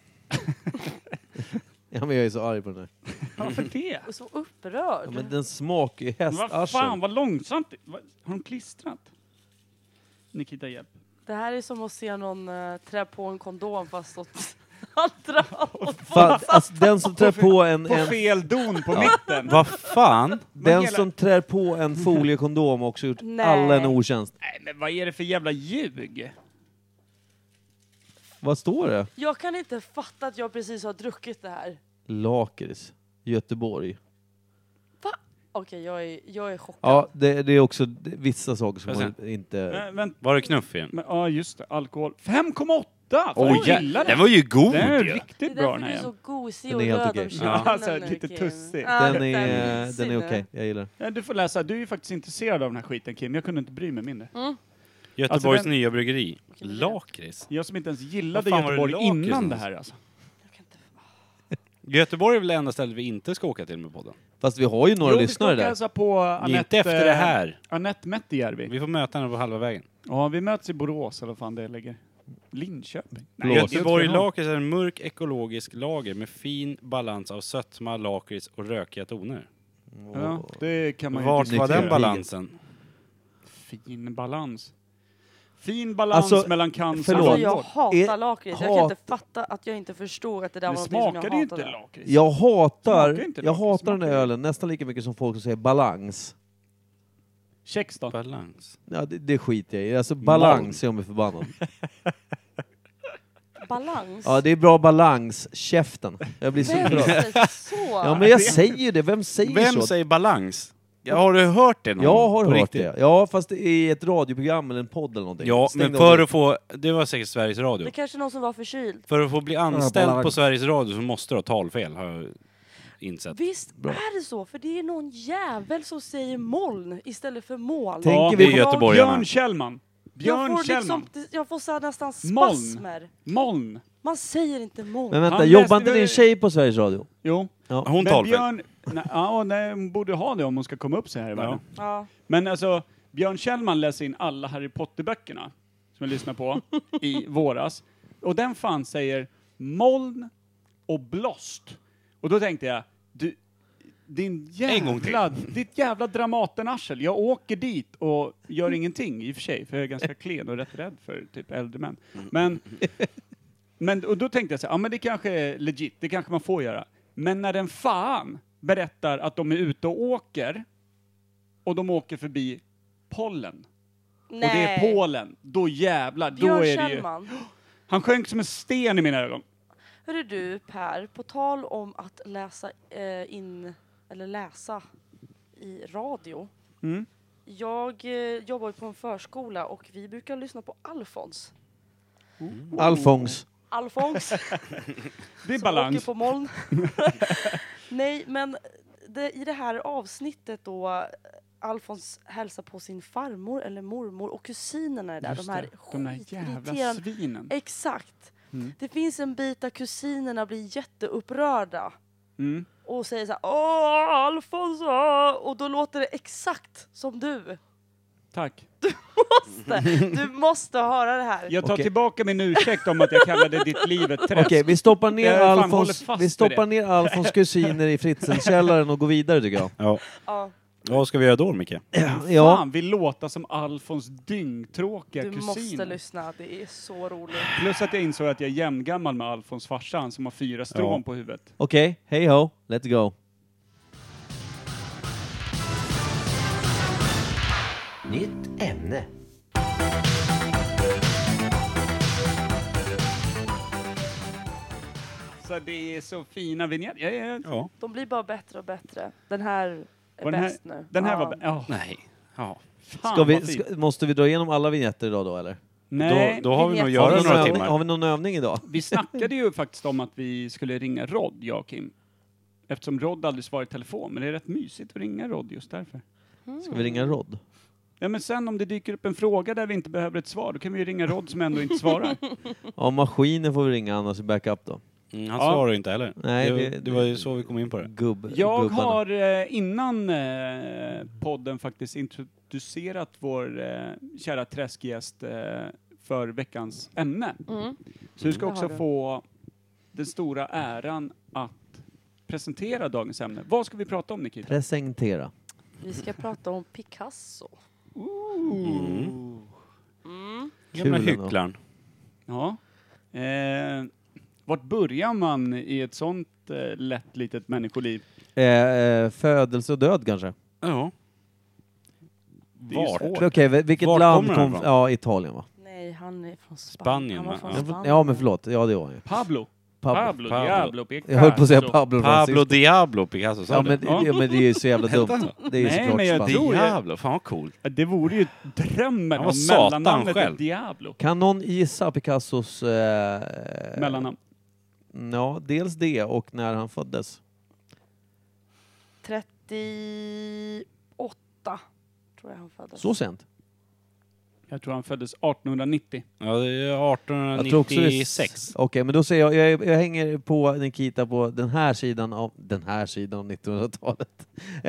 Ja, men jag är så arg på den här. Varför det? Jag är så upprörd. Ja, men den smakar ju Vad fan, hästarsel. vad långsamt. Har de klistrat? Nikita, hjälp. Det här är som att se någon trä på en kondom fast åt andra hållet. Fan, alltså, den som trär på På fel don på mitten. Vad fan? den hela- som trär på en foliekondom har också gjort Nej. alla en otjänst. Nej, men vad är det för jävla ljug? Vad står det? Jag kan inte fatta att jag precis har druckit det här. Lakrits. Göteborg. Okej, jag är chockad. Ja, det är också vissa saker som man inte... Vänta. Var det knuff igen? Men, ja, just det. Alkohol. 5,8! Fan, Oj, jag gillar den var ju god Den är ju. det är riktigt bra därför den du här. är så igen. gosig Den och är helt röd okej. om Ja. kinden Alltså, nu, lite Kim. tussig. Ja, Den är mysig okej, nu. jag gillar den. Ja, du får läsa. Du är ju faktiskt intresserad av den här skiten, Kim. Jag kunde inte bry mig mindre. Göteborgs Alltså, den- nya bryggeri. Okej, men- Lakrits. Jag som inte ens gillade Vad fan var det Göteborg lakrits innan det någonstans? här alltså. Jag kan inte... Göteborg är väl det enda stället vi inte ska åka till med podden? Fast vi har ju några Jo, lyssnare vi ska där. hälsa på Anette, Inte efter det här. Anette Mettijärvi. Vi får möta henne på halva vägen. Ja, vi möts i Borås eller vad fan det ligger. Linköping. Blås. Göteborg lakrits är en mörk ekologisk lager med fin balans av sötma, lakrits och rökiga toner. Ja, det kan man ju Vart var diskutera. den balansen? Fin balans. Fin balans Alltså, mellan cancer förlåt. och Alltså, jag vård. hatar lakrits. Jag kan hat- inte fatta att jag inte förstod att det där Det var någonting som smakade jag ju inte hatade. lakrits. Jag hatar, Smakar inte jag lakrits, hatar den här smakar- ölen nästan lika mycket som folk som säger balans. Kex då? Balans. Ja, det skiter jag i. Alltså balans är jag mig förbannad. Balans? Ja, det är bra balans. Käften. Jag blir så Vem upprörd. säger så? Ja, men jag säger ju det. Vem säger Vem så? säger balans? Ja, har du hört det någon Jag har på hört riktigt? det. Ja, fast det är i ett radioprogram eller en podd eller någonting. Ja, Stäng men av för det. att få... Det var säkert Sveriges Radio. Det är kanske någon som var förkyld. För att få bli anställd balans. på Sveriges Radio så måste du ha talfel, har jag insett. Visst Bra. är det så, för det är någon jävel som säger moln istället för moln. Tänker Ja, vi det är på- Göteborgarna. Björn Kjellman. Björn Kjellman. Jag får så här nästan Moln. spasmer. Moln. Man säger inte moln. Men vänta, Han jobbar läste- inte din tjej på Sveriges Radio? Jo. Ja. Hon Men talfel. Björn... Nej, hon borde ha det om hon ska komma upp sig här i världen. Ja. Men alltså, Björn Kjellman läser in alla Harry Potter-böckerna som jag lyssnade på i våras. Och den fan säger moln och blåst. Och då tänkte jag, du, En gång till. ditt jävla Dramatenarsel. Jag åker dit och gör ingenting i och för sig, för jag är ganska klen och rätt rädd för typ äldre män. Men och då tänkte jag så här, ja men det kanske är legit, det kanske man får göra. Men när den fan berättar att de är ute och åker och de åker förbi pollen. Nej. Och det är Polen. Då jävlar, då Björn är det ju... Kjellman. Han sjönk som en sten i mina ögon. Hörru du Per, på tal om att läsa läsa i radio. Mm. Jag jobbar ju på en förskola och vi brukar lyssna på Alfons. Alfons. Alfons. Det är som balans. åker på moln. Nej, men i det här avsnittet då Alfons hälsar på sin farmor eller mormor och kusinerna är där. Just De här det, de där jävla skitirriterande- svinen. Exakt. Mm. Det finns en bit där kusinerna blir jätteupprörda. Mm. Och säger så här, åh Alfons, åh! Och då låter det exakt som du. Tack. Du måste höra det här. Jag tar Okej. tillbaka min ursäkt om att jag kallade ditt liv ett träsk. Okej, vi stoppar ner Jag fan håller Alfons, fast vi vid stoppar det. ner Alfons kusiner i Fritzelkällaren och går vidare tycker jag. Ja. Ja, Vad ska vi göra då, Micke? Ja, Fan, vi låter som Alfons dyngtråkiga du måste kusin. lyssna, det är så roligt. Plus att jag insåg att jag är jämngammal med Alfons farsan som har 4 strån Ja. på huvudet. okej. Hej ho, let's go. Nytt ämne. Så det är så fina vignetter. Ja. De blir bara bättre och bättre. Den här är Och den här- bäst nu. Den här Ja. var... Ja. Nej. Ja. Fan, vad fint. Måste vi dra igenom alla vignetter idag då, eller? Nej, Då har vi nog att Har göra vi några någon, timmar. har vi någon övning idag? vi snackade ju faktiskt om att vi skulle ringa Rod, jag och Kim. Eftersom Rod aldrig svarar i telefon. Men det är rätt mysigt att ringa Rod just därför. Ska vi ringa Rod? Ja, men sen om det dyker upp en fråga där vi inte behöver ett svar, då kan vi ju ringa Rod som ändå inte svarar. Ja, maskinen får vi ringa, annars i backup då. Han Ja. svarar ju inte heller. Nej, det var ju så vi kom in på det. Jag gubbarna. har innan podden faktiskt introducerat vår kära träskgäst för veckans ämne. Så du ska Det också har du. få den stora äran att presentera dagens ämne. Vad ska vi prata om, Nikita? Presentera. Vi ska prata om Picasso. Gamla Kul ändå. hycklaren. Ja. Vart börjar man i ett sånt lätt litet människoliv? Födelse och död kanske? Ja. Det är ju Vart? svårt. Okej, vilket Vart land kommer han kom... ifrån? Ja, Italien va? Nej, han är från Spanien, Han var va? från Ja. Spanien. Ja, men förlåt. Ja, det var han ju. Pablo. Pablo. Diablo Picasso. Jag höll på att säga Pablo Pablo Francisco. Diablo Picasso, sa Ja, du? men det är ju så jävla Hette dumt. han Det är ju Nej, såklart men jag Spanien. tror- Diablo, fan vad coolt. Det vore ju drömmen Han var om satan mellannamnet själv. Diablo. Kan någon gissa Picassos... Mellannamn. Ja, dels det och när han föddes. 38 tror jag han föddes. Så sent? Jag tror han föddes 1890. Ja, det är Jag tror också det är 1896. Okej, men då säger jag hänger på Nikita på den här sidan av 1900-talet.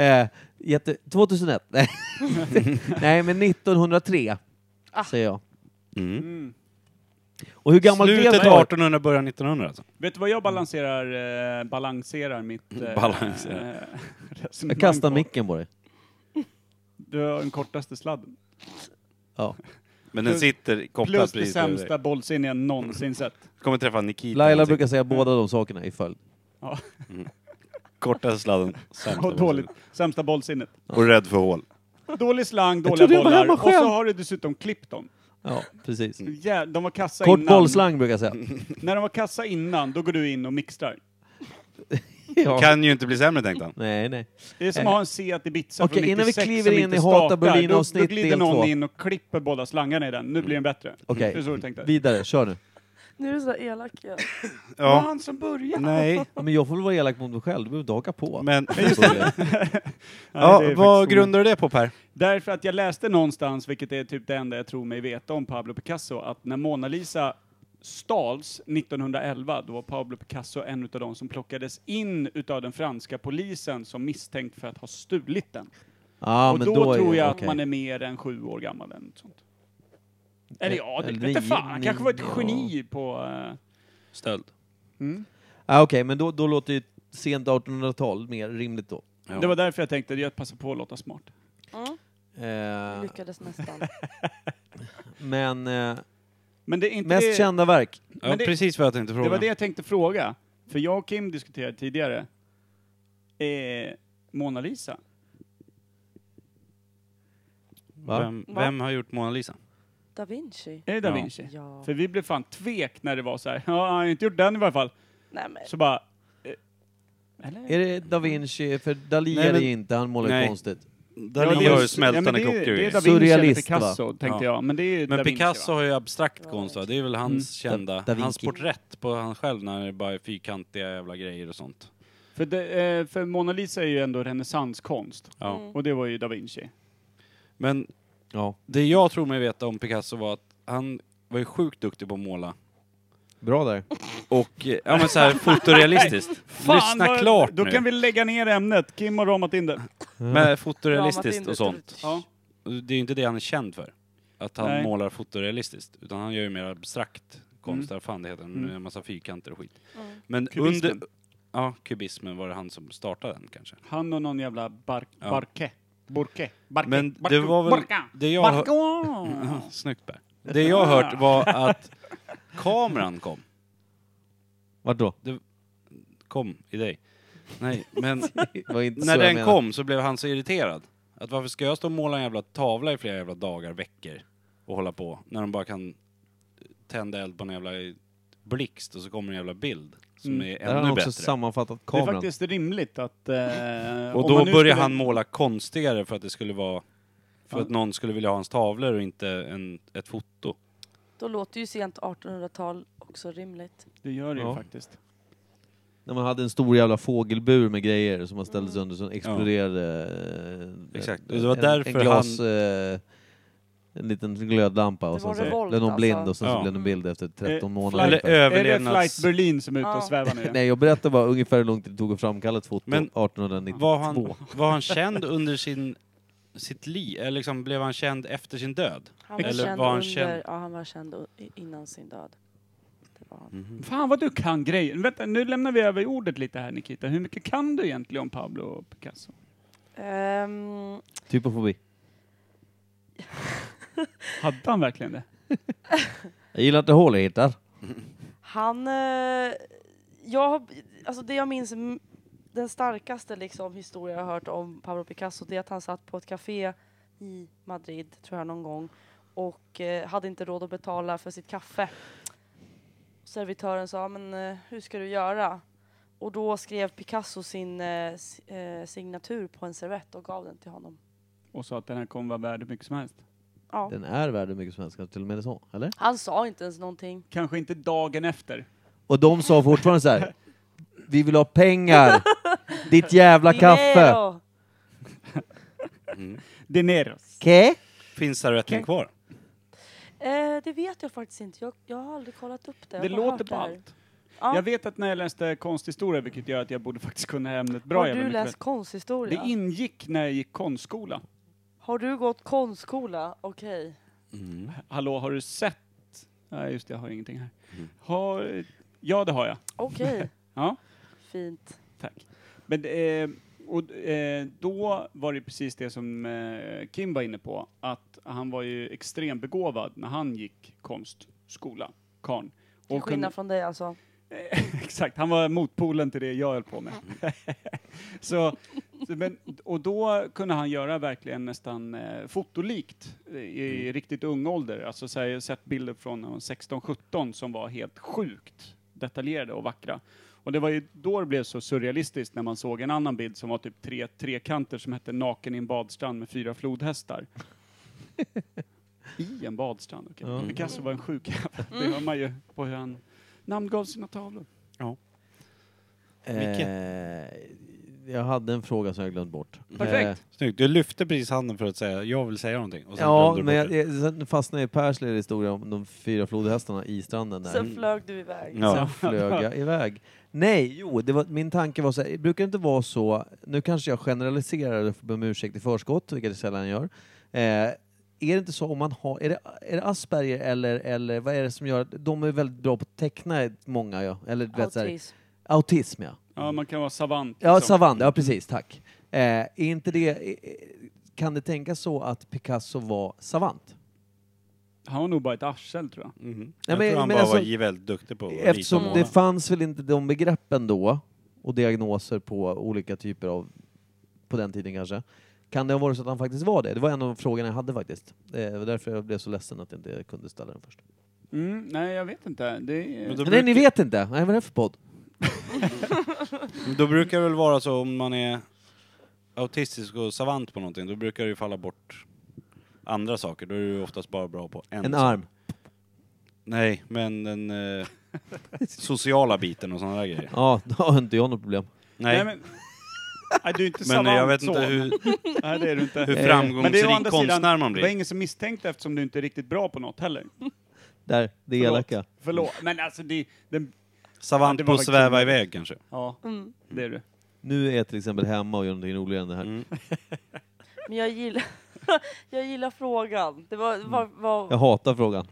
2001. Nej. Nej, men 1903 säger jag. Mm. Och hur gammal blev Slutet du? 1800, början 1900 alltså. Vet du vad jag balanserar mitt Balanserar. resonemang Jag kastar på? micken på dig. Du har den kortaste sladden. Ja. Men den sitter kopplad Plus det precis sämsta bollsinne jag någonsin sett. Kommer träffa Nikita. Laila brukar säga båda de sakerna i följd. Ja. Korta sladden. sämsta Och dåligt. Sämsta bollsinnet. Och rädd för hål. Dålig slang, trodde dåliga jag var bollar. hemma Och själv. så har du dessutom klippt dem. Ja, precis. Ja, de var kassa Kort innan. bollslang brukar jag säga. När de var kassa innan, då går du in och mixtrar. Ja. Kan ju inte bli sämre, tänkte han. Nej. Det är som att ha en Seat Ibiza Okej, från 96 innan vi kliver som in inte i Hata startar. Berlin-avsnitt Då glider del någon 2. in och klipper båda slangarna i den. Nu blir den bättre. Okej. Det är så du tänkte. Vidare, kör nu. Nu är du så elak. Ja. Det var Ja. han som började. Nej, Ja, men jag får väl vara elak mot mig själv, du behöver inte haka på. men... Nej, Ja, det är vad faktiskt grundar du det på, Per? Därför att jag läste någonstans, vilket är typ det enda jag tror mig veta om Pablo Picasso, att när Mona Lisa stals 1911, då var Pablo Picasso en av de som plockades in utav den franska polisen som misstänkt för att ha stulit den. Ja, och men då är tror det- jag okej. att man är mer än 7 år gammal eller något sånt. Eller ja, det Eller vet inte fan. Han nio, kanske var ett ja. geni på... Stöld. Okej, men då låter ju sent 1800-tal mer rimligt då. Ja. Det var därför jag tänkte att jag passar på att låta smart. Lyckades nästan. Men Men det är inte mest det, kända verk. Ja, Men det- precis vad jag tänkte fråga. det var det jag tänkte fråga. För jag och Kim diskuterade tidigare. Mona Lisa. Va? Vem har gjort Mona Lisa? Da Vinci. Är det Da Ja. Vinci? Ja. För vi blev fan tvek när det var så här. Ja, han har inte gjort den i varje fall. Nej men. Så bara... eller? Är det Da Vinci? För Dalí Nej, är det men- ju inte, han målar ju Nej. konstigt. Dalí det är- har ju smältande det är klockor. Da ju. Vinci eller Surrealist, Picasso, va? tänkte Ja. jag. Men det är Men Da Vinci, Picasso va? har ju abstrakt konst, va? Det är väl hans kända... Da Vinci. Hans porträtt på han själv när det bara är fyrkantiga jävla grejer och sånt. För Mona Lisa är ju ändå renässanskonst. Ja. Och det var ju Da Vinci. Men Ja. det jag tror mig veta om Picasso var att han var ju sjukt duktig på att måla. Bra där. Och, ja men så här fotorealistiskt. Lyssna klart Då nu. kan vi lägga ner ämnet. Kim har ramat in det. Men Ramat in fotorealistiskt det. och sånt. Ja. Och det är ju inte det han är känd för. Att han Nej. målar fotorealistiskt. Utan han gör ju mer abstrakt konst. Mm. Fan det heter med en massa fyrkanter och skit. Mm. Men Kubismen. under... Ja, kubismen var det han som startade den kanske. Han och någon jävla Ja. Barke. Men det var väl... Det jag har... Ja, snyggt Per. Det jag har hört var att kameran Vart då? kom i dig. Nej, men Det var inte när så jag den menade. kom så blev han så irriterad. Att varför ska jag stå och måla en jävla tavla i flera jävla dagar, veckor och hålla på. När de bara kan tända eld på en jävla blixt och så kommer en jävla bild som Mm. är Där har han ännu också bättre. sammanfattat Det är kameran. faktiskt rimligt att... Och då börjar han måla konstigare för att det skulle vara För att någon skulle vilja ha hans tavlor och inte ett foto. Då låter ju sent 1800-tal också rimligt. Det gör det ju Ja. faktiskt. När man hade en stor jävla fågelbur med grejer som man ställde sönder som exploderade. Exakt. Det var därför en glas, en liten glödlampa och Det sen var så revolt, blev någon blind alltså. och sen så Ja. blev det en bild efter 13 månader. Eller Är det överlevnads... Flight Berlin som är ute och Ja. svävar nu? Nej, jag berättar bara ungefär hur långt det tog att framkalla ett foto Men 1892. Var han känd under sitt liv? Eller liksom blev han känd efter sin död? Han var Eller känd var han under, känd? Ja, han var känd innan sin död. Det var han. Fan vad du kan grejer. Vänta, nu lämnar vi över ordet lite här Nikita. Hur mycket kan du egentligen om Pablo Picasso? Typofobi. Hade han verkligen det? Jag gillar inte hål jag hittar. Han... alltså det jag minns... Den starkaste liksom, historia jag har hört om Pablo Picasso, det är att han satt på ett café i Madrid, tror jag någon gång, och hade inte råd att betala för sitt kaffe. Servitören sa, men hur ska du göra? Och då skrev Picasso sin signatur på en servett och gav den till honom. Och sa att den här kommer vara värd hur mycket som helst. Ja. Den är värd hur mycket som helst, kanske till och med det så, eller? Han sa inte ens någonting. Kanske inte dagen efter. Och de sa fortfarande så här: vi vill ha pengar! Ditt jävla kaffe! Dinero! Dineros. Ke? Finns servetten kvar? Det vet jag faktiskt inte. Jag har aldrig kollat upp det. Det Jag har bara låter hört på det här. allt. Ja. Jag vet att när jag läste konsthistoria, vilket gör att jag borde faktiskt kunna ämnet bra. Har jävla du mycket läst väl. konsthistoria? Det ingick när jag gick konstskola. Har du gått konstskola? Okej. Hallå, har du sett? Nej, just det, jag har ingenting här. Ja, det har jag. Okej. Ja, Fint. tack. Men, då var det precis det som Kim var inne på. Att han var ju extremt begåvad när han gick konstskola. Karn. Till skillnad från dig alltså. Exakt, han var motpolen till det jag höll på med. Och då kunde han göra verkligen nästan fotolikt i riktigt ung ålder. Alltså så jag har sett bilder från 16-17 som var helt sjukt detaljerade och vackra. Och det var ju då det blev så surrealistiskt när man såg en annan bild som var typ trekanter som hette Naken i en badstrand med 4 flodhästar. I en badstrand, okej. Ja. Picasso var en sjuk jävel. Det hör man ju på hur han namngav sina tavlor. Jag hade en fråga som jag glömt bort. Perfekt. Snyggt. Du lyfte precis handen för att säga jag vill säga någonting. Och sen Ja, glömde men du bort det. sen fastnade jag i Pers lilla historia om de 4 flodhästarna i stranden där. Sen flög du iväg. Ja. Sen flög jag iväg. Nej, min tanke var så här, brukar det inte vara så, nu kanske jag generaliserar och får be om ursäkt i förskott, vilket jag sällan gör. Är det inte så om man har, är det Asperger eller vad är det som gör att de är väldigt bra på att teckna många, ja. Eller vet, så här, Autism. autism, ja. Ja, man kan vara savant. Ja, liksom. savant, ja precis, tack. Är inte det, kan det tänkas så att Picasso var savant? Han var nog bara ett arsel, tror jag. Mhm. Nej, Jag tror han men bara alltså, var väldigt duktig på att rita Eftersom och det måla. fanns väl inte de begreppen då, och diagnoser på olika typer av, på den tiden kanske. Kan det ha varit så att han faktiskt var det? Det var en av de frågorna jag hade faktiskt. Det var därför jag blev så ledsen att jag inte kunde ställa den först. Nej, jag vet inte. Det är... Men då Nej, ni vet inte! Nej, vad är det för podd? Då brukar det väl vara så om man är autistisk och savant på någonting, då brukar det ju falla bort andra saker. Då är du oftast bara bra på En sak. arm. Nej, men den sociala biten och sådana där grejer. Ja, då har inte jag något problem. Nej, men... Nej, du är inte men savant jag vet så. inte hur Nej, det är du inte. hur Men det är å framgångsrik andra konstnär sidan, man det var blir. ingen som misstänkte eftersom du inte är riktigt bra på något heller. Där, det är elaka. Förlåt. Men alltså, det Ja, Savant det på var att faktiskt sväva en- iväg kanske. Ja, Mm. det är du. Nu är jag till exempel hemma och gör någonting roligare än det här. Mm. Men jag gillar, jag gillar frågan. Det var Jag hatar frågan.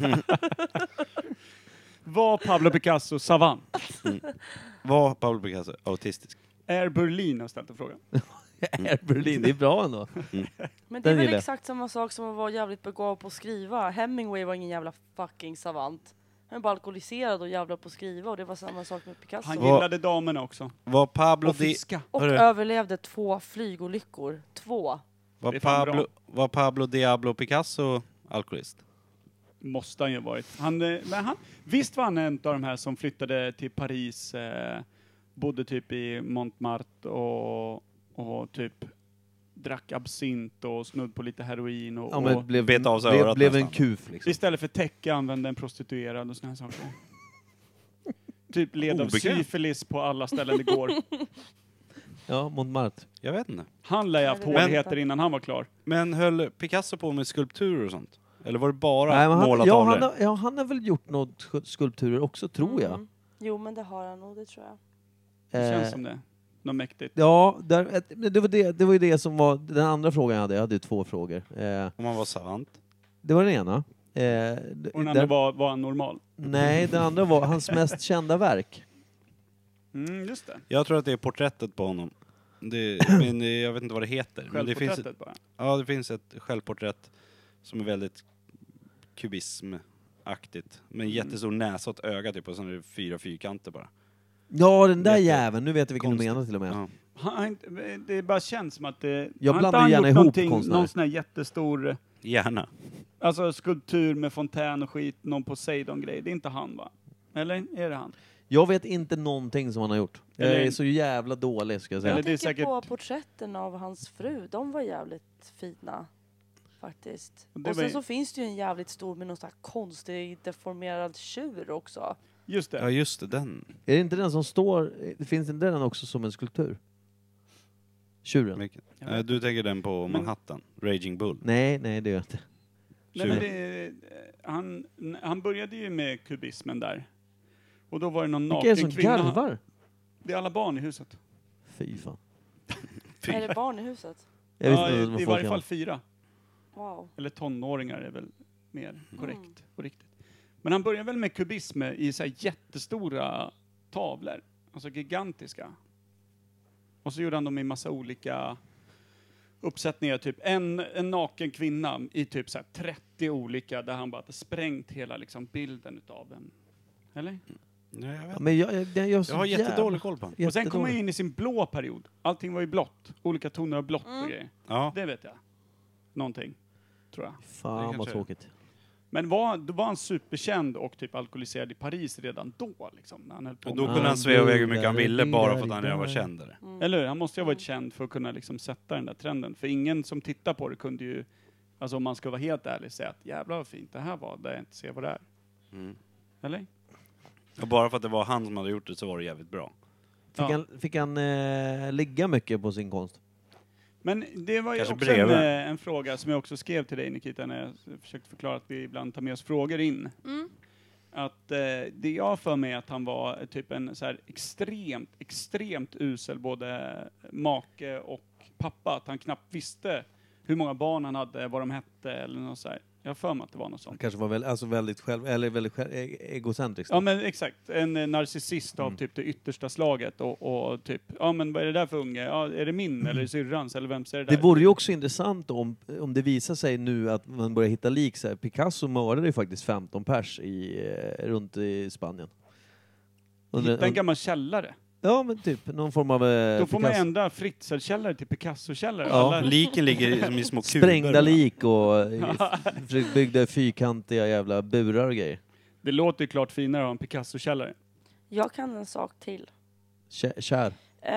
Var Pablo Picasso savant? Var Pablo Picasso autistisk? Air Berlin har ställt en fråga. Air Berlin, det är bra ändå. Men det är Den väl gillar jag. exakt samma sak som att vara jävligt begåvad på att skriva. Hemingway var ingen jävla fucking savant. Han var bara alkoholiserad och jävla på att skriva, och det var samma sak med Picasso. Han Vad- gillade damerna också. Var Pablo Och fiska. Och Hörru. överlevde 2 flygolyckor. 2. Var Det är fan bra. Var Pablo Diablo Picasso alkoholist? Måste han ju varit. Visst var han en av de här som flyttade till Paris, bodde typ i Montmartre och typ drack absint och snudd på lite heroin och, Ja, men och bet av sig örat blev en nästan. kuf liksom. istället för täcke använde en prostituerad och såna här saker. Typ led av Obekvämt. syfilis på alla ställen det går. Ja, Montmartre. Jag vet inte. Han lär ju haft Men- håligheter innan han var klar. Men höll Picasso på med skulpturer och sånt? Eller var det bara Nej, men måla han, tavlor? han har väl gjort något skulpturer också, tror jag. Mm. Jo, men det har han nog, det tror jag. Det känns Eh, som det. Något mäktigt. Ja, det var ju det som var den andra frågan jag hade. Jag hade ju 2 frågor. Om man var savant? Det var den ena. Och den andra var han normal. Nej, den andra var hans mest kända verk. Just det. Jag tror att det är porträttet på honom. Men jag vet inte vad det heter. Men det finns, Självporträttet bara. ja, det finns ett självporträtt som är väldigt kubismaktigt. Med en jättestor näsa och ett öga typ, och sen är det 4 fyrkanter bara. Ja, den där Jätte- jäveln. Nu vet jag vilken du konstigt. menar till och med. Ja. Det bara känns som att det... Jag har blandar inte han gärna gjort ihop någonting- konstnärer. någon sån här jättestor... Gärna. Alltså skulptur med fontän och skit, någon Poseidon-grej. Det är inte han, va? Eller är det han? Jag vet inte någonting som han har gjort. Jag Eller- är så jävla dålig, ska jag säga. Eller Jag det är tänker säkert- på porträtten av hans fru. De var jävligt fina. Faktiskt. Och det Och var sen ju- så finns det ju en jävligt stor med någon sån här konstig deformerad tjur också. Just det. Ja, just det, den. Är det inte den som står... Finns inte den också som en skulptur? Tjuren? Vilken? Jag vet Du tänker den på Men- Manhattan? Raging Bull? Nej, det gör jag inte. Nej, men han började ju med kubismen där. Och då var det någon Vilka är naken det som kvinna. garvar? Det är alla barn i huset. Fy fan. Är det barn i huset? Jag visste Ja, inte i vad varje folk fall var. 4. Wow. Eller tonåringar är väl mer korrekt och riktigt. Men han började väl med kubism i så här jättestora tavlor. Alltså gigantiska. Och så gjorde han dem i massa olika uppsättningar. Typ en naken kvinna i typ så här 30 olika där han bara hade sprängt hela liksom bilden utav den. Eller? Ja, jag vet. Ja, men Jag har jättedålig koll på honom. Och sen kom han in i sin blå period. Allting var i blått. Olika toner av blått och grejer. Ja. Det vet jag. Någonting. Tror jag. Det Fan vad kanske är. tråkigt. Men då var han superkänd och typ alkoholiserad i Paris redan då liksom. När han höll på Och då med. kunde han sväva iväg hur mycket han ville bara för att han redan var känd. Eller? Eller hur? Han måste ju ha varit känd för att kunna liksom sätta den där trenden. För ingen som tittar på det kunde ju, alltså om man ska vara helt ärlig, säga att jävlar vad fint det här var, där jag inte ser vad det är. Mm. Eller? Och bara för att det var han som hade gjort det så var det jävligt bra. Fick han ligga mycket på sin konst? Men det var ju Kanske också bredvid. en fråga som jag också skrev till dig, Nikita, när jag försökte förklara att vi ibland tar med oss frågor in. Mm. Att det jag för mig att han var typ en så här extremt usel både make och pappa. Att han knappt visste hur många barn han hade, vad de hette eller något så här. Jag har för mig att det var något Han sånt. kanske var väldigt egocentrisk. Ja men exakt, en narcissist Mm. av typ det yttersta slaget och typ, ja men vad är det där för unge? Ja, är det min eller syrrans eller vems är det där? Det vore ju också intressant om det visar sig nu att man börjar hitta lik. Så här. Picasso mördade ju faktiskt 15 pers runt i Spanien. Hitta en gammal källare. Ja, men typ någon form av Då får man Picasso. ändra Fritzl-källare till Picasso-källare. Ja. Alla- Liken ligger som i små kuber. Sprängda lik och byggde fyrkantiga jävla burar och grejer. Det låter ju klart finare att ha en Picasso-källare. Jag kan en sak till. Kär.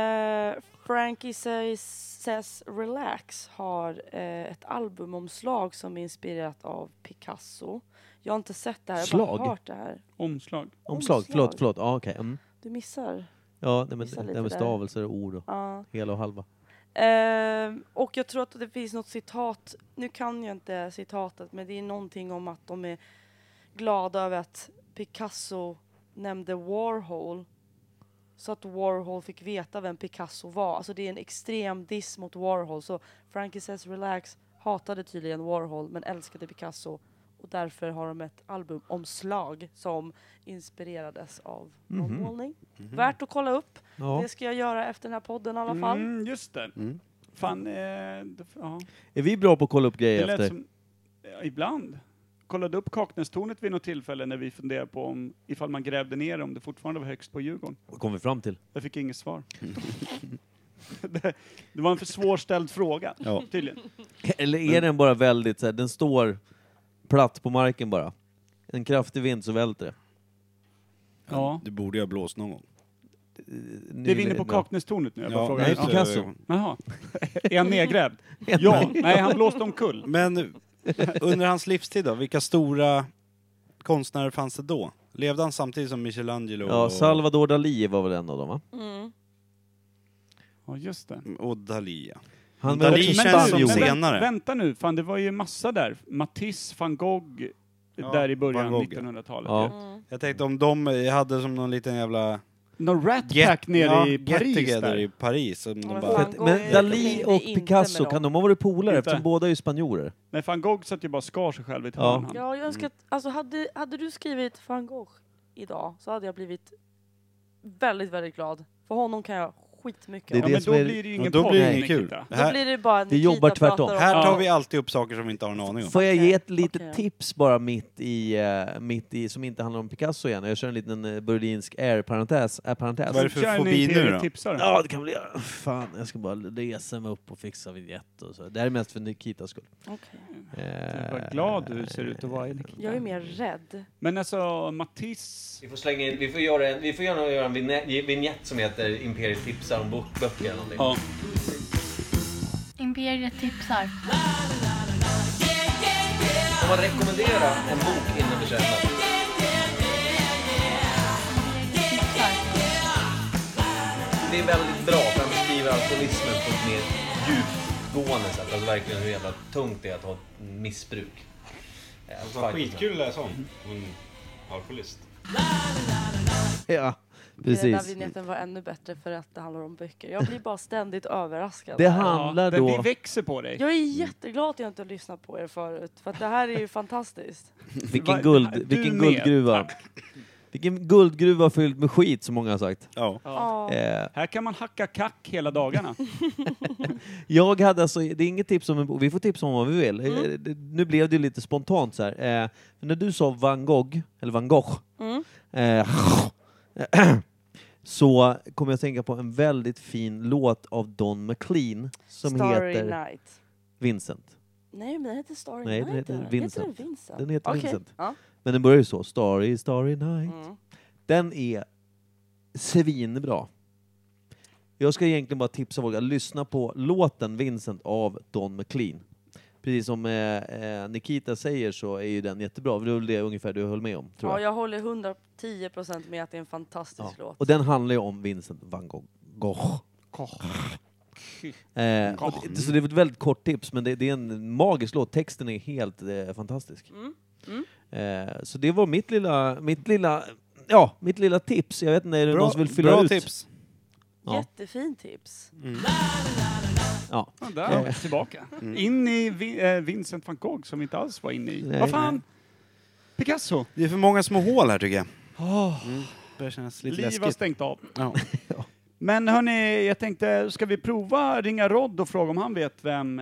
Frankie Says Relax har ett albumomslag som är inspirerat av Picasso. Jag har inte sett det här, jag har Slag? bara hört det här. Omslag. Omslag. Förlåt. Ja, okej. Mm. Du missar. Ja, nej, men Missar det lite med där. stavelser och ord och Ja. hela och halva. Och jag tror att det finns något citat, nu kan jag inte citatet, men det är någonting om att de är glada över att Picasso nämnde Warhol. Så att Warhol fick veta vem Picasso var. Alltså det är en extrem diss mot Warhol. Så Frankie Says Relax hatade tydligen Warhol men älskade Picasso. Och därför har de ett albumomslag som inspirerades av någon Mhm. målning. Värt att kolla upp. Ja. Det ska jag göra efter den här podden i alla fall. Just det. Mm. Fan, ja. Är vi bra på att kolla upp Det grejer lät efter? som, ibland. Kollade upp Kaknästornet vid något tillfälle när vi funderade på ifall man grävde ner om det fortfarande var högst på Djurgården. Vad kom vi fram till? Jag fick inget svar. det var en för svårställd fråga, Ja. tydligen. Eller är den bara väldigt så här, den står platt på marken bara? En kraftig vind så välter det. Ja. Det borde jag blåst någon gång. Det vinner på Kaknästornet nu, jag bara frågar. Nej, Picasso. Jaha. Är han nedgrävd? Ja, nej, han blåste omkull. Men under hans livstid då, vilka stora konstnärer fanns det då? Levde han samtidigt som Michelangelo? Ja, Salvador Dalí var väl en av dem, va? Ja, just det. Och Dalí, ja. Han var Dalí också känns som spanjor. senare. Vänta nu, fan det var ju massa där. Matisse, van Gogh, där i början Van Gogh, 1900-talet. Ja. Jag tänkte om de hade som någon liten jävla... Någon Rat Pack nere i Paris get-together där. i Paris. Som de Men bara... Van Gogh Men är Dalí och inte Picasso, med kan dem. de ha varit polare Inte. eftersom båda är ju spanjorer? Nej, van Gogh satt ju bara skar sig själv i ett Ja. hörn. han. Ja, jag önskar att, alltså hade du skrivit van Gogh idag så hade jag blivit väldigt, väldigt glad. För honom kan jag skitmycket Det är om. det Men som då är- blir det ju ingen Då podd, blir det inget Nikita. kul. Då Här, blir det bara Vi jobbar Nikita tvärtom. pratar om- här tar Ja. vi alltid upp saker som vi inte har en aning om. Får jag Okej, ge ett litet okej. tips bara mitt i som inte handlar om Picasso igen? Jag kör en liten berlinsk parentes. Vad är det för Kör en fobi nu Imperiet då? tipsare. Ja, det kan bli... Fan, jag ska bara resa mig upp och fixa vignett och så. Det här är mest för Nikitas skull. Okej. Vad glad du ser ut att vara, Nikita. Jag är mer rädd. Men alltså, Matisse... Vi får slänga in, vi får gärna göra en vignett som heter Imperiet tipsar om böcker eller någonting. Ja. Imperiet tipsar. Om man rekommenderar en bok innan vi köper. Tipsar. Det är väldigt bra för han beskriver alkoholismen på ett mer djupgående sätt. Alltså verkligen hur jävla tungt det är att ha ett missbruk. Skitkul att läsa om en alkoholist. Ja, Den precis. där vignetten var ännu bättre för att det handlar om böcker. Jag blir bara ständigt överraskad. Det handlar Men vi då... växer på dig. Jag är jätteglad att jag inte har lyssnat på er förut. För att det här är ju fantastiskt. Vilken Du vilken med, guldgruva. tack. Vilken guldgruva fylld med skit, som många har sagt. Ja. Ja. Här kan man hacka kack hela dagarna. Jag hade alltså, det är inget tips om en bok, vi får tips om vad vi vill. Nu blev det lite spontant så här. När du sa Van Gogh, eller Van Gogh, så kommer jag att tänka på en väldigt fin låt av Don McLean som Starry heter Night. Vincent. Nej, men den heter Starry Nej, Night. den heter eller? Vincent. Heter den Vincent? Den heter Okej. Vincent. Ja. Men den börjar ju så, Starry, Starry Night. Mm. Den är svinbra. Jag ska egentligen bara tipsa folk att lyssna på låten Vincent av Don McLean. Precis som Nikita säger så är ju den jättebra. Det är väl det ungefär du höll med om, tror Ja, jag. jag håller 110% med att det är en fantastisk låt. Och den handlar ju om Vincent van Gogh. Så det är ett väldigt kort tips, men det är en magisk låt. Texten är helt fantastisk. Så det var mitt lilla tips. Jag vet inte, är det någon som vill fylla bra ut? tips. Ja. Jättefin tips. Ja. Ja, där är vi tillbaka. In i Vincent van Gogh som vi inte alls var inne i. Nej. Vad fan? Picasso. Det är för många små hål här, tycker jag. Börjar kännas lite Liv har läskigt. stängt av. Ja. Men hörni, jag tänkte, ska vi prova ringa Rod och fråga om han vet vem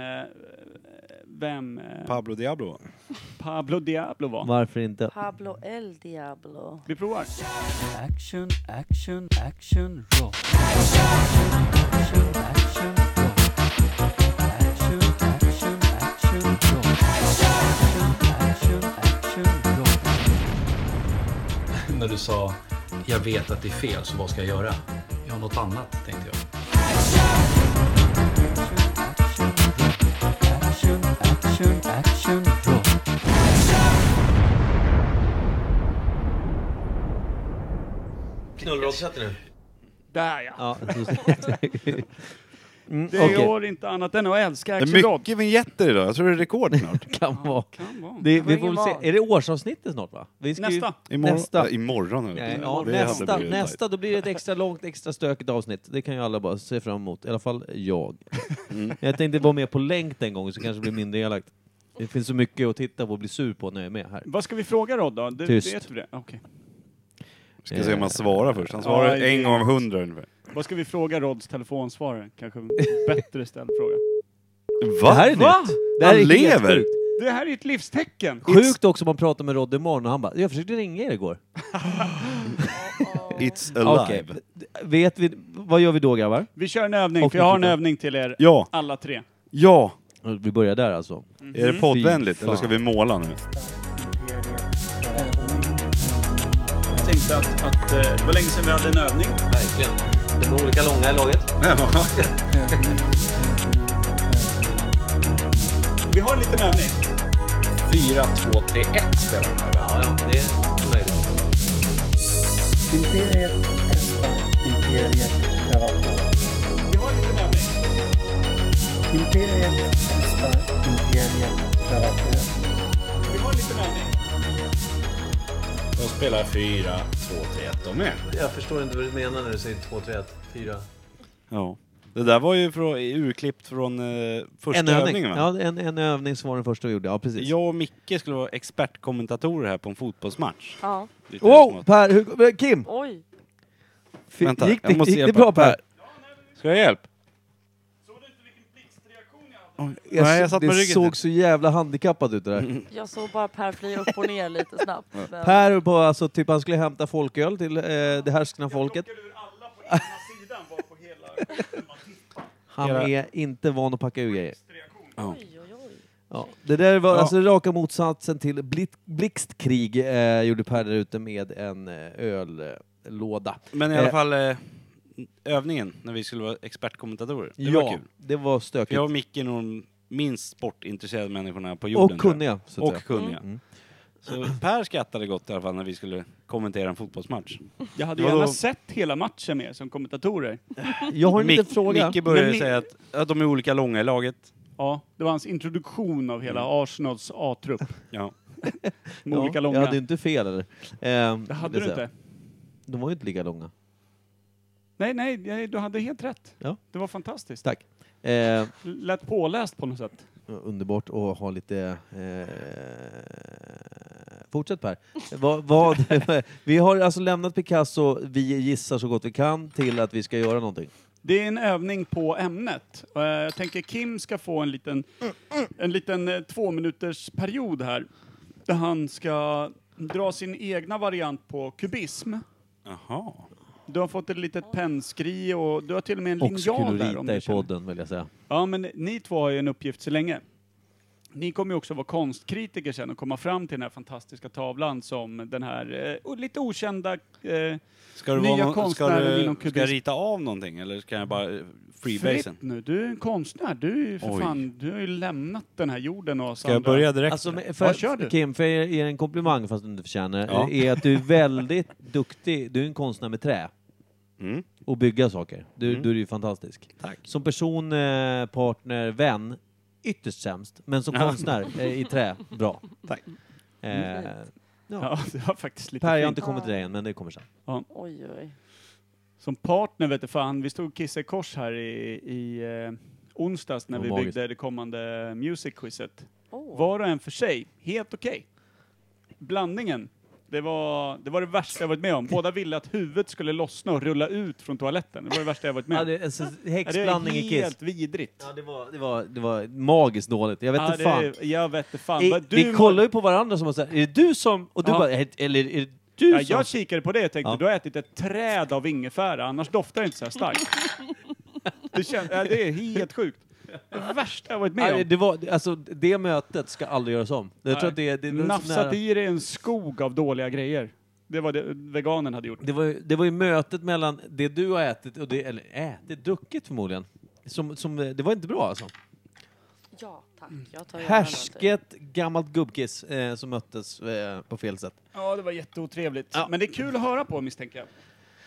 Pablo Diablo. Pablo Diablo var? Varför inte? Pablo El Diablo. Vi provar. Action, action, action, roll. Action, action, roll. Action, action, action, roll. Action, action, roll. När du sa, jag vet att det är fel, så vad ska jag göra? Ja, något annat, tänkte jag. Action, action, action, roll. Knullrådsätter nu. Där ja. Ja. Det Okej. går inte annat än att älska Det Action är Rod. mycket vignetter idag. Jag tror det är rekord snart. Kan vara. Kan vara. Vi var får väl ingen se. val. Är det årsavsnittet snart, va? Vi ska ju- Nästa. Imorgon. Nästa. Ja, imorgon eller? Nej, Det ja, hade nästa, blivit nästa, då blir det ett extra långt, extra stökigt avsnitt. Det kan ju alla bara se fram emot. I alla fall jag. Jag tänkte vara med på länk en gång så kanske det blir mindre elakt. Det finns så mycket att titta på och bli sur på när jag är med här. Vad ska vi fråga Rod då? Du Tyst. vet du det? Okej. Ska se om han svarar först. Han svarar Ja, en gång av 100 ungefär. Vad ska vi fråga Rods telefonsvarare? Kanske en bättre ställd fråga. Det här är Va? nytt. Det här Han är helt lever? sjukt. Det här är ett livstecken. Sjukt också om man pratar med Rod imorgon och han bara, jag försökte ringa er igår. It's alive. Okej. Vet vi, vad gör vi då, grabbar? Vi kör en övning, Och för jag har en Nikita. övning till er Ja, alla tre. ja. Vi börjar där alltså. Är det poddvänligt Fy eller ska vi måla nu? jag tänkte att det var länge sedan vi hade en övning. Verkligen. De är olika långa i laget. Vi har en liten övning. 4-2-3-1 spelar de här. Ja, det är möjligt. Imperiet testar, Imperiet prövar på. Vi har en liten övning. Imperiet testar, Imperiet prövar på. Vi har en liten övning. De spelar 4-2-3-1 de med. Jag förstår inte vad du menar när du säger 2-3-1, 4. Ja. Det där var ju urklippt från första övningen, va? Ja, en övning som var den första vi gjorde. Ja, precis. Jag och Micke skulle vara expertkommentatorer här på en fotbollsmatch. Ja. Per, Kim! Oj. Vänta, Gick jag måste det hjälpa bra, Per? Ska jag hjälp? Såg du inte vilken blixtreaktion jag hade? Nej, jag satt med det ryggen såg till. så jävla handikappad ut det där. Jag såg bara Per flyga upp och ner lite snabbt. Men... Per på, alltså, typ han skulle hämta folköl till det härskna folket. Jag plockade ur alla på ena sidan, var på hela man tippar. Han är inte van att packa ur grejer. Ja. Oj, oj, oj. Ja, det där var alltså raka motsatsen till blixtkrig gjorde Per där ute med en öllåda. Men i alla fall övningen när vi skulle vara expertkommentatorer. Det var kul. Det var stökigt. Jag och Micke är nog minst sportintresserade människorna på jorden. Och kunniga. Så att Och säga. kunniga. Så Per skrattade gott i alla fall när vi skulle kommentera en fotbollsmatch. Jag hade gärna sett hela matchen med som kommentatorer. Jag har en liten fråga. Micke började säga att de är olika långa i laget. Ja, det var hans introduktion av hela Arsenals A-trupp. Ja. Med olika långa. Jag hade inte fel, eller? Det hade du inte. De var ju inte lika långa. Nej, du hade helt rätt. Ja. Det var fantastiskt. Tack. Lät påläst på något sätt. Underbart att ha lite... Fortsätt, Per. Vi har alltså lämnat Picasso, vi gissar så gott vi kan, till att vi ska göra någonting. Det är en övning på ämnet. Jag tänker Kim ska få en liten 2 minuters period här. Där han ska dra sin egna variant på kubism. Jaha. Du har fått ett litet pennskri och du har till och med en Och linjal där. skulle rita i podden, vill jag säga. Ja, men ni två har ju en uppgift så länge. Ni kommer ju också vara konstkritiker sen och komma fram till den här fantastiska tavlan som den här lite okända nya konstnären inom kubism. Ska jag rita av någonting eller ska jag bara freebasen? Fritt nu, du är en konstnär. Du är ju för fan, du har ju lämnat den här jorden och ska jag börja direkt? Alltså, kör du. Kim, för jag ger en komplimang fast du inte förtjänar, är att du är väldigt duktig. Du är en konstnär med trä. Och bygga saker. Du är ju fantastisk. Tack. Som person, partner, vän, ytterst sämst. Men som konstnär i trä, bra. Tack. Ja, det var faktiskt lite Per, jag har fint. inte kommit till dig än, men det kommer sen. Ja. Oj, oj. Som partner vet du fan, vi stod kissa i kors här i onsdags när vi byggde det kommande music-quizet. Var och en för sig, helt okej. Blandningen, det var det värsta jag varit med om. Båda ville att huvudet skulle lossna och rulla ut från toaletten. Det var det värsta jag varit med om. Ja, häxblandning i kiss. Det är helt vidrigt. Ja, det var magiskt dåligt. Jag vet inte fan. Jag vet inte fan. Vi kollar ju på varandra som att säga, är det du som... Och du bara, eller är det du som... Jag kikade på det och tänkte, du har ätit ett träd av ingefära, annars doftar det inte så här starkt. Det är helt sjukt. Det värsta jag varit med om. Det mötet ska aldrig göras om. Jag tror att det är nafsat i det en skog av dåliga grejer. Det var det veganen hade gjort. Det var ju mötet mellan det du har ätit och druckit förmodligen. Det var inte bra alltså. Ja, tack. Jag tar Härsket, gammalt gubbkiss som möttes på fel sätt. Ja, det var jätteotrevligt. Ja. Men det är kul att höra på, misstänker jag.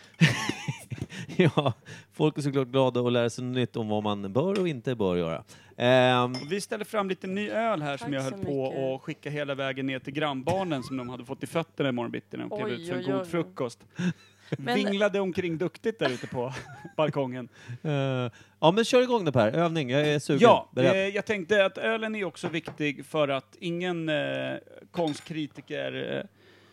Ja, folk är såklart glada att lära sig nytt om vad man bör och inte bör göra. Vi ställer fram lite ny öl här som jag höll på att skicka hela vägen ner till grannbarnen som de hade fått i fötterna i morgonbitten när de klev ut för en god frukost. Vinglade omkring duktigt där ute på balkongen. Ja, men kör igång det Per. Övning, jag är sugen. Ja, jag tänkte att ölen är också viktig för att ingen konstkritiker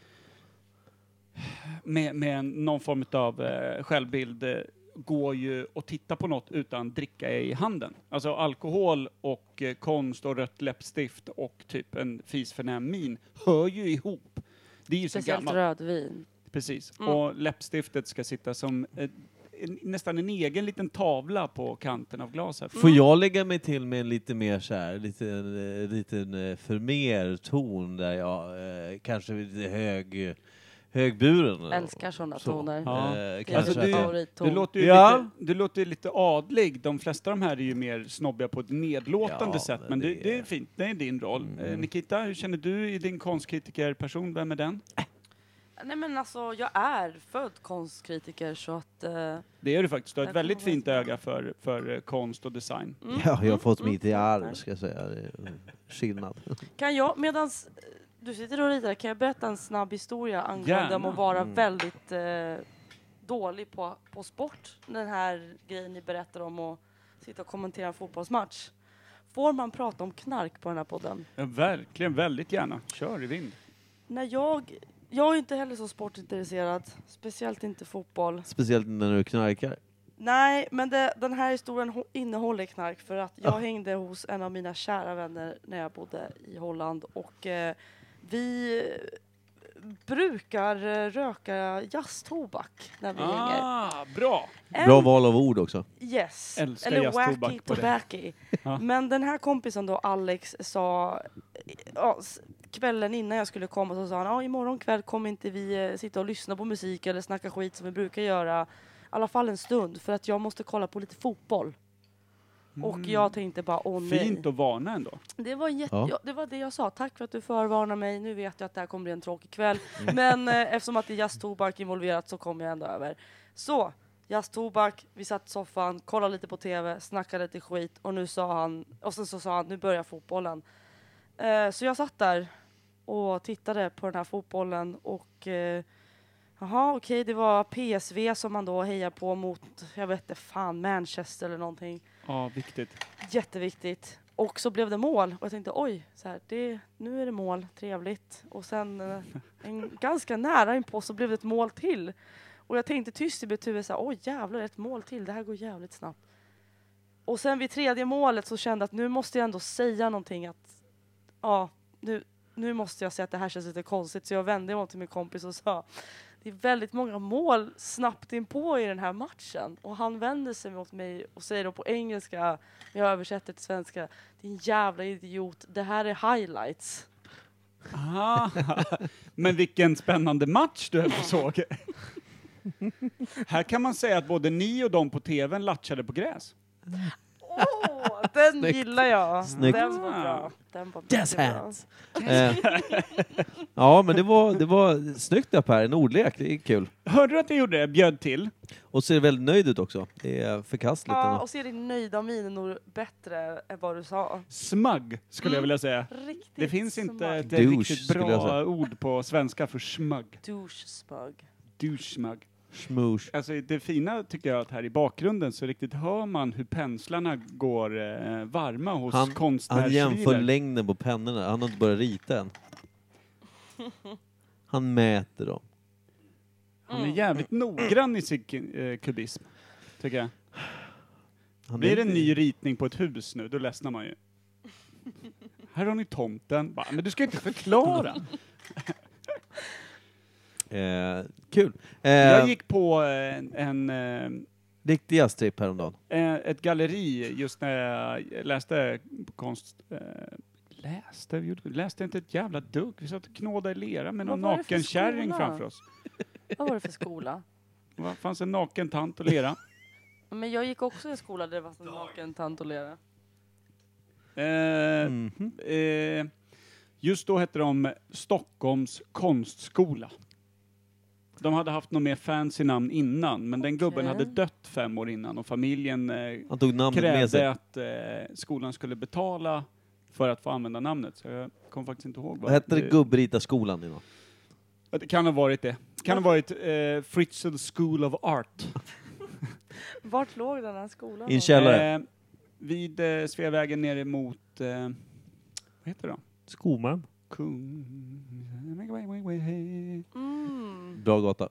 med någon form av självbild går ju att titta på något utan dricka i handen. Alltså alkohol och konst och rött läppstift och typ en fisförnäm min hör ju ihop. Det är ju så speciellt gammalt. Rödvin. Precis. Och läppstiftet ska sitta som nästan en egen liten tavla på kanten av glaset. Får jag lägga mig till med en lite mer så här, liten förmer ton där jag kanske lite Högburen. Älskar sådana toner. Ja. Kanske. Du låter ju Ja. du låter ju lite adlig. De flesta av de här är ju mer snobbiga på ett nedlåtande sätt. Men det är fint. Det är din roll. Nikita, hur känner du i din konstkritikerperson? Vem är den? Nej men alltså, jag är född konstkritiker så att... Det är du faktiskt. Du har ett väldigt fint öga för konst och design. Ja, jag har fått mitt i arv, ska jag säga. Det är skillnad. Kan jag, medans du sitter och ritar, kan jag berätta en snabb historia angående om att vara väldigt dålig på sport? Den här grejen ni berättar om att sitta och kommentera en fotbollsmatch. Får man prata om knark på den här podden? Ja, verkligen, väldigt gärna. Kör i vind. När jag är inte heller så sportintresserad, speciellt inte fotboll. Speciellt när du knarkar. Nej, men den här historien innehåller knark för att jag hängde hos en av mina kära vänner när jag bodde i Holland och vi brukar röka jazztobak när vi hänger. Bra! Bra val av ord också. Yes. Älskar Eller jazztobak wacky på det. tobacco. Ja. Men den här kompisen då, Alex, sa kvällen innan jag skulle komma så sa han, imorgon kväll kommer inte vi sitta och lyssna på musik eller snacka skit som vi brukar göra. I alla fall en stund, för att jag måste kolla på lite fotboll. Och jag tänkte bara, nej. Fint att varna ändå. Det var, det var det jag sa. Tack för att du förvarnar mig. Nu vet jag att det här kommer bli en tråkig kväll. Men eftersom att det är jazztobak involverat så kommer jag ändå över. Så, jazztobak, vi satt i soffan, kollade lite på tv, snackade lite skit. Och nu sa han, och sen så sa han, nu börjar fotbollen. Så jag satt där och tittade på den här fotbollen och... okej, det var PSV som man då hejar på mot, jag vet inte fan, Manchester eller någonting. Ja, viktigt. Jätteviktigt. Och så blev det mål. Och jag tänkte, nu är det mål, trevligt. Och sen ganska nära inpå så blev det ett mål till. Och jag tänkte tyst i mitt huvud, jävlar, ett mål till, det här går jävligt snabbt. Och sen vid tredje målet så kände jag att nu måste jag ändå säga någonting att, nu måste jag säga att det här känns lite konstigt. Så jag vände mig till min kompis och sa, det är väldigt många mål snabbt inpå i den här matchen. Och han vänder sig mot mig och säger då på engelska, jag översätter till svenska, din jävla idiot, det här är highlights. Aha. Men vilken spännande match du såg. Här kan man säga att både ni och de på tvn latchade på gräs. Den gillar jag. Snyggt. Den var bra. Den var Jazz bra. hands. Ja, men det var snyggt där, Per. En ordlek, det är kul. Hörde du att jag gjorde det? Bjöd till. Och ser väldigt nöjd ut också. Det är förkastligt. Ja, och ser din nöjda min nog bättre än vad du sa. Smug, skulle jag vilja säga. Riktigt Det finns inte ett Douche, riktigt skulle jag bra säga. ord på svenska för smug. Douche-smug. Douche-smug. Smoosh. Alltså det fina tycker jag att här i bakgrunden så riktigt hör man hur penslarna går varma hos Han konstnärslivet. jämför längden på pennorna. Han har inte börjat rita än. Han mäter dem. Han är jävligt noggrann i sin kubism, tycker jag. Blir det en ny ritning på ett hus nu, då ledsnar man ju. Här har ni tomten. Bara, men du ska inte förklara. Kul. Jag gick på en riktig jazztripp häromdagen. ett galleri just när jag läste konst. Läste inte ett jävla dugg. Vi satt och knådade i lera med någon Vad var det för naken kärring skola? framför oss. Vad var det för skola? Det fanns en naken tant och lera. Men jag gick också i skola där det var en naken tant och lera. Just då hette de Stockholms konstskola. De hade haft något mer fancy namn innan, men den gubben hade dött 5 år innan och familjen Han tog namnet med sig. krävde att skolan skulle betala för att få använda namnet. Så jag kommer faktiskt inte ihåg. Vad hette det Gubbrita-skolan innan? Det kan ha varit det. Kan ha varit Fritzl School of Art. Vart låg den här skolan? I en källare. Vid Sveavägen nere mot... vad heter det? Skomarm. Mm. Bra gata.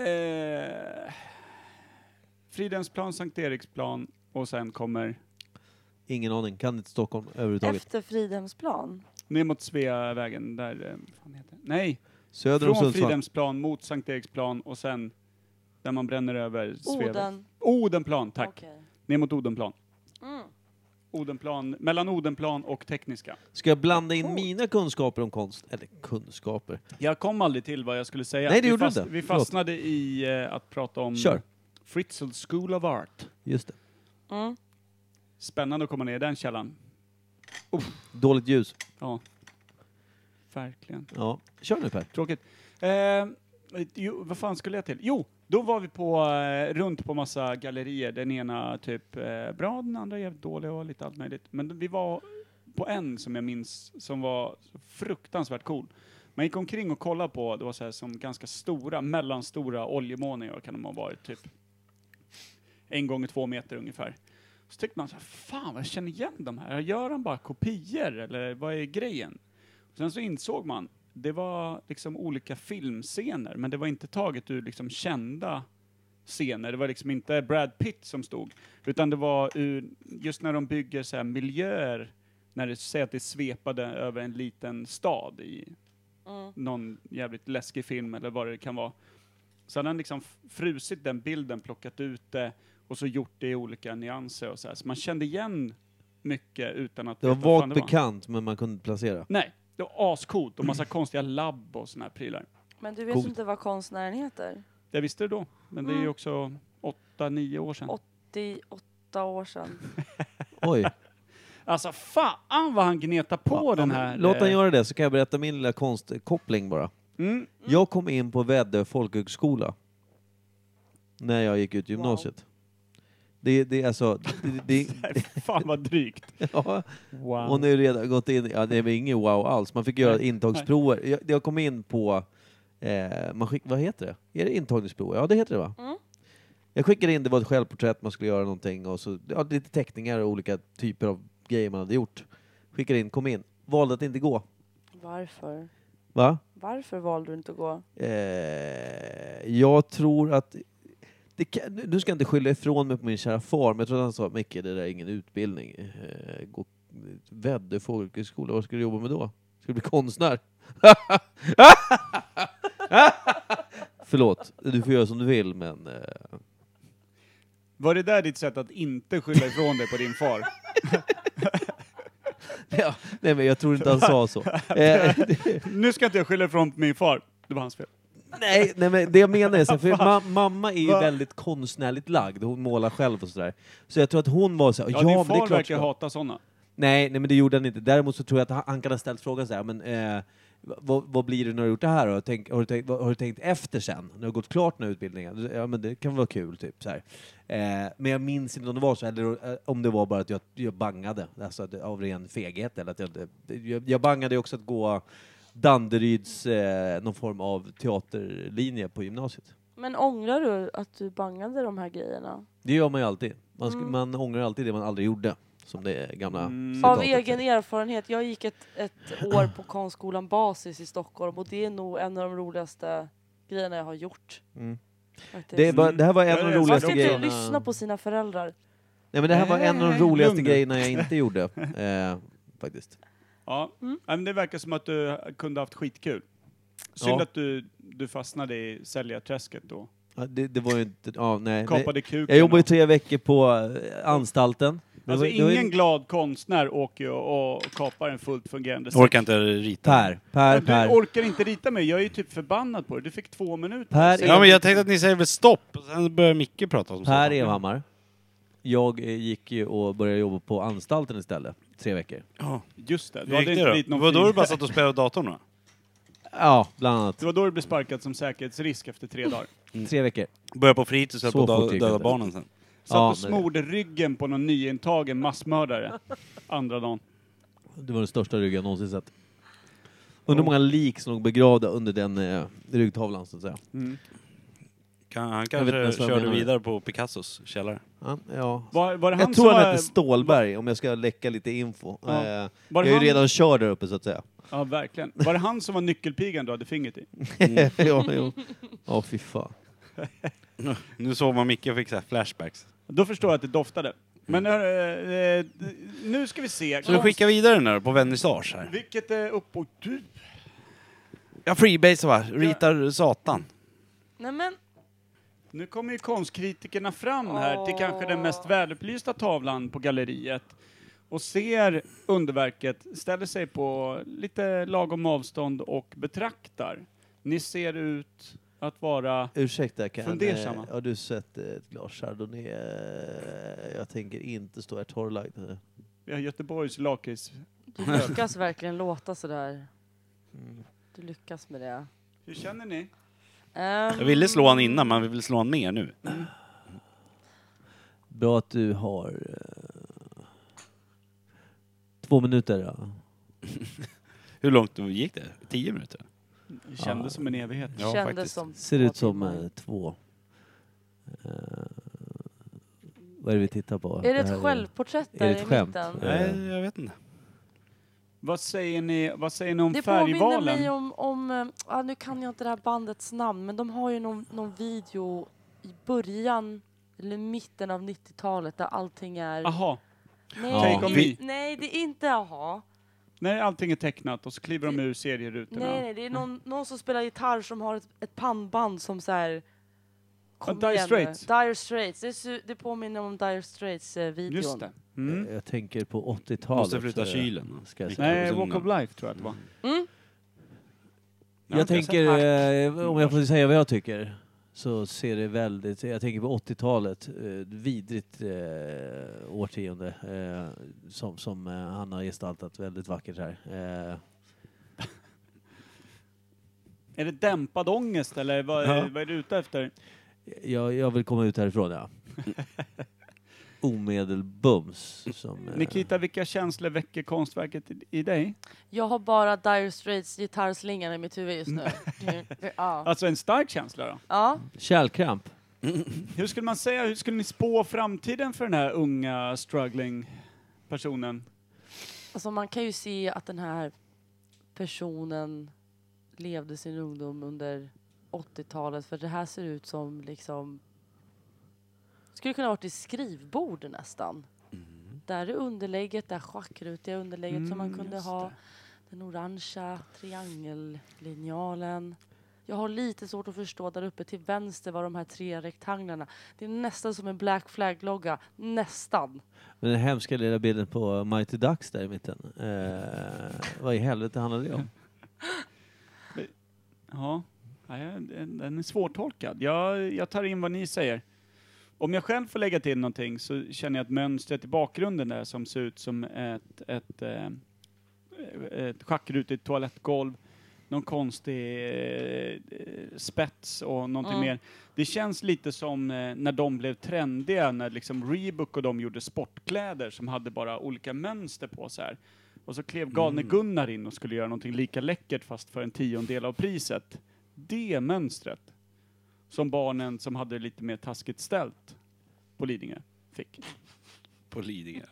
Fridhemsplan, Sankt Eriksplan och sen kommer... Ingen aning. Kan inte Stockholm överhuvudtaget. Efter Fridhemsplan? Ner mot Sveavägen, där... fan heter det? Nej! Söder om Från Sundsvall. Fridhemsplan mot Sankt Eriksplan och sen där man bränner över Sveavägen. Oden. Odenplan, tack. Okay. Ner mot Odenplan. Mm. Odenplan, mellan Odenplan och Tekniska. Ska jag blanda in mina kunskaper om konst? Eller kunskaper? Jag kom aldrig till vad jag skulle säga. Nej, det gjorde du inte. Vi fastnade i att prata om Fritzl School of Art. Just det. Mm. Spännande att komma ner i den källan. Dåligt ljus. Ja. Verkligen. Ja. Kör nu Per. Tråkigt. Vad fan skulle jag till? Jo, då var vi runt på massa gallerier. Den ena typ bra, den andra jävligt dålig och lite allt möjligt. Men vi var på en som jag minns som var fruktansvärt cool. Man gick omkring och kollade på, det var så här som ganska stora, mellanstora oljemåningar kan de ha varit typ 1 gånger 2 meter ungefär. Så tyckte man så här, fan jag känner igen de här. Gör han bara kopior eller vad är grejen? Sen så insåg man, det var liksom olika filmscener, men det var inte taget ur liksom kända scener. Det var liksom inte Brad Pitt som stod, utan det var just när de bygger så här miljöer, när det säger att det svepade över en liten stad i någon jävligt läskig film eller vad det kan vara. Så hade han liksom frusit den bilden, plockat ut det och så gjort det i olika nyanser och så här. Så man kände igen mycket utan att det var veta vad fan vagt det var. bekant, men man kunde inte placera. Nej, det var ascoolt och massa konstiga labb och såna här prylar. Men du vet inte vad konstnären heter? Jag visste det då, men det är ju också 8-9 år sedan. 88 år sedan. Oj. Alltså fan vad han gnetar på den här. Låt han göra det, så kan jag berätta min lilla konstkoppling bara. Jag kom in på Väddö folkhögskola när jag gick ut gymnasiet. Wow. Det är alltså... Fan vad drygt. Ja. Wow. Och nu redan gått in... Ja, det är inget wow alls. Man fick göra intagsprover. Jag kom in på... vad heter det? Är det intagningsprover? Ja, det heter det va? Mm. Jag skickade in, det var ett självporträtt, man skulle göra någonting. Och så, lite teckningar och olika typer av grejer man hade gjort. Skickade in, kom in. Valde att inte gå. Varför? Va? Varför valde du inte att gå? Jag tror att... Nu ska jag inte skylla ifrån mig på min kära far, men jag tror att han sa, Micke, det där är ingen utbildning. Väddö folkhögskola, vad ska du jobba med då? Ska du bli konstnär? Förlåt, du får göra som du vill, men... Var det där ditt sätt att inte skylla ifrån dig på din far? Ja, nej, men jag tror inte han sa så. Nu ska inte jag skylla ifrån på min far. Det var hans fel. Nej, men det jag menar är så, för mamma är ju väldigt konstnärligt lagd. Hon målar själv och sådär. Så jag tror att hon var så här, din men far det är klart verkar hata sådana. Nej, men det gjorde han inte. Däremot så tror jag att han kan ha ställt frågan så här, men vad blir det när du har gjort det här då? Har du tänkt efter sen? När du har gått klart den här utbildningen? Ja, men det kan vara kul, typ så här. Men jag minns inte om det var så, eller om det var bara att jag bangade, alltså av ren feghet, eller att jag bangade också att gå Danderyds någon form av teaterlinje på gymnasiet. Men ångrar du att du bangade de här grejerna? Det gör man ju alltid. Man ångrar alltid det man aldrig gjorde. Som det gamla citatet. Av egen erfarenhet, jag gick ett år på konstskolan Basis i Stockholm och det är nog en av de roligaste grejerna jag har gjort. Det här var en av de roligaste man grejerna. Man ska inte lyssna på sina föräldrar. Nej, men det här var en av de roligaste grejerna jag inte gjorde. Faktiskt. Ja, men det verkar som att du kunde haft skitkul. Synd att du fastnade i säljarträsket då. Ja, det var ju inte... Ja, nej. Kapade kuken. Jag jobbade 3 veckor på anstalten. Alltså ingen glad konstnär åker och kapar en fullt fungerande orkar inte rita. Per. Du orkar inte rita mig. Jag är ju typ förbannad på det. Du fick 2 minuter. Ja, men jag tänkte att ni säger väl stopp. Sen börjar Micke prata om Per Evhammar. Jag gick ju och började jobba på anstalten istället. 3 veckor. Ja, just det. Du hade inte dit någon var då du bara satt och spelade datorn då? Ja, bland annat. Det var då du blev sparkad som säkerhetsrisk efter 3 dagar. 3 veckor. Började på fritids och på döda barnen sen. Satt och smorde ryggen på någon nyintagen massmördare andra dagen. Det var den största ryggen jag någonsin sett. Undrar många lik som låg begravda under den ryggtavlan, så att säga. Han kanske körde vidare på Picassos källare. Ja. Var det han jag tror han hette Stålberg, om jag ska läcka lite info. Ja. Jag är ju redan körd där uppe, så att säga. Ja, verkligen. Var det han som var nyckelpigan du hade fingret i? Ja, fy fan. Nu såg man Micke och fick så här flashbacks. Då förstår jag att det doftade. Men nu ska vi se. Så du skickar vidare den där på vernissage här. Vilket är upp och du? Ja, freebase va? Ritar satan. Nej men. Nu kommer ju konstkritikerna fram här till kanske den mest välupplysta tavlan på galleriet. och ser underverket, ställer sig på lite lagom avstånd och betraktar. Ni ser ut att vara Ursäkta, fundersamma. har du sett ett glas Chardonnay? Jag tänker inte stå här torrlagd. Vi har Göteborgs lakrits. Du lyckas verkligen låta sådär. Du lyckas med det. Hur känner ni? Jag ville slå han innan, man vill slå han mer nu. Bra att du har 2 minuter. Ja. Hur långt gick det? 10 minuter? Det kändes som en evighet. Ja, Kändes faktiskt. som Ser 2 ut som timmar. 2. Vad är det vi tittar på? Är det här ett självporträtt är där det ett i skämt? mitten? Nej, jag vet inte. Vad säger ni om Det påminner färgvalen? mig om nu kan jag inte det här bandets namn, men de har ju någon video i början eller mitten av 90-talet där allting är... Aha. Nej, Take on me. nej, det är inte aha. Nej, allting är tecknat och så kliver de ur serierutorna. Nej, det är någon som spelar gitarr som har ett pannband som så här... Kom Dire igen Straits. nu. Dire Straits. Det påminner om Dire Straits-videon. Just det. Mm. Jag tänker på 80-talet. Måste flytta kylen. Ska jag säga. Nej, Walk of Life tror jag att det var. Mm. Jag tänker, om jag får säga vad jag tycker, så ser det väldigt, jag tänker på 80-talet, vidrigt årtionde som han har gestaltat väldigt vackert här. Är det dämpad ångest eller vad är du ute efter? Jag vill komma ut härifrån, ja. Omedelbums. Nikita, vilka känslor väcker konstverket i dig? Jag har bara Dire Straits gitarrslingan i mitt huvud just nu. Ja. Alltså en stark känsla då? Ja. Kärlkramp. Hur skulle man säga, hur skulle ni spå framtiden för den här unga struggling personen? Alltså man kan ju se att den här personen levde sin ungdom under 80-talet, för det här ser ut som liksom skulle kunna ha varit i skrivbord nästan. Där är underlägget, där schackrutiga underlägget som man kunde ha. det. Den orangea triangellinjalen. Jag har lite svårt att förstå där uppe till vänster var de här 3 rektanglarna. Det är nästan som en Black Flag-logga. Nästan. Men den hemska lilla bilden på Mighty Ducks där i mitten. Vad i helvete handlar det om? Ja, den är svårtolkad. Jag tar in vad ni säger. Om jag själv får lägga till någonting så känner jag att mönstret i bakgrunden där som ser ut som ett schackrutigt toalettgolv, någon konstig spets och någonting mer. Det känns lite som när de blev trendiga, när liksom Reebok och de gjorde sportkläder som hade bara olika mönster på så här. Och så klev galne Gunnar in och skulle göra någonting lika läckert fast för en 10% av priset. Det mönstret som barnen som hade lite mer taskigt ställt på Lidingö fick. På Lidingö.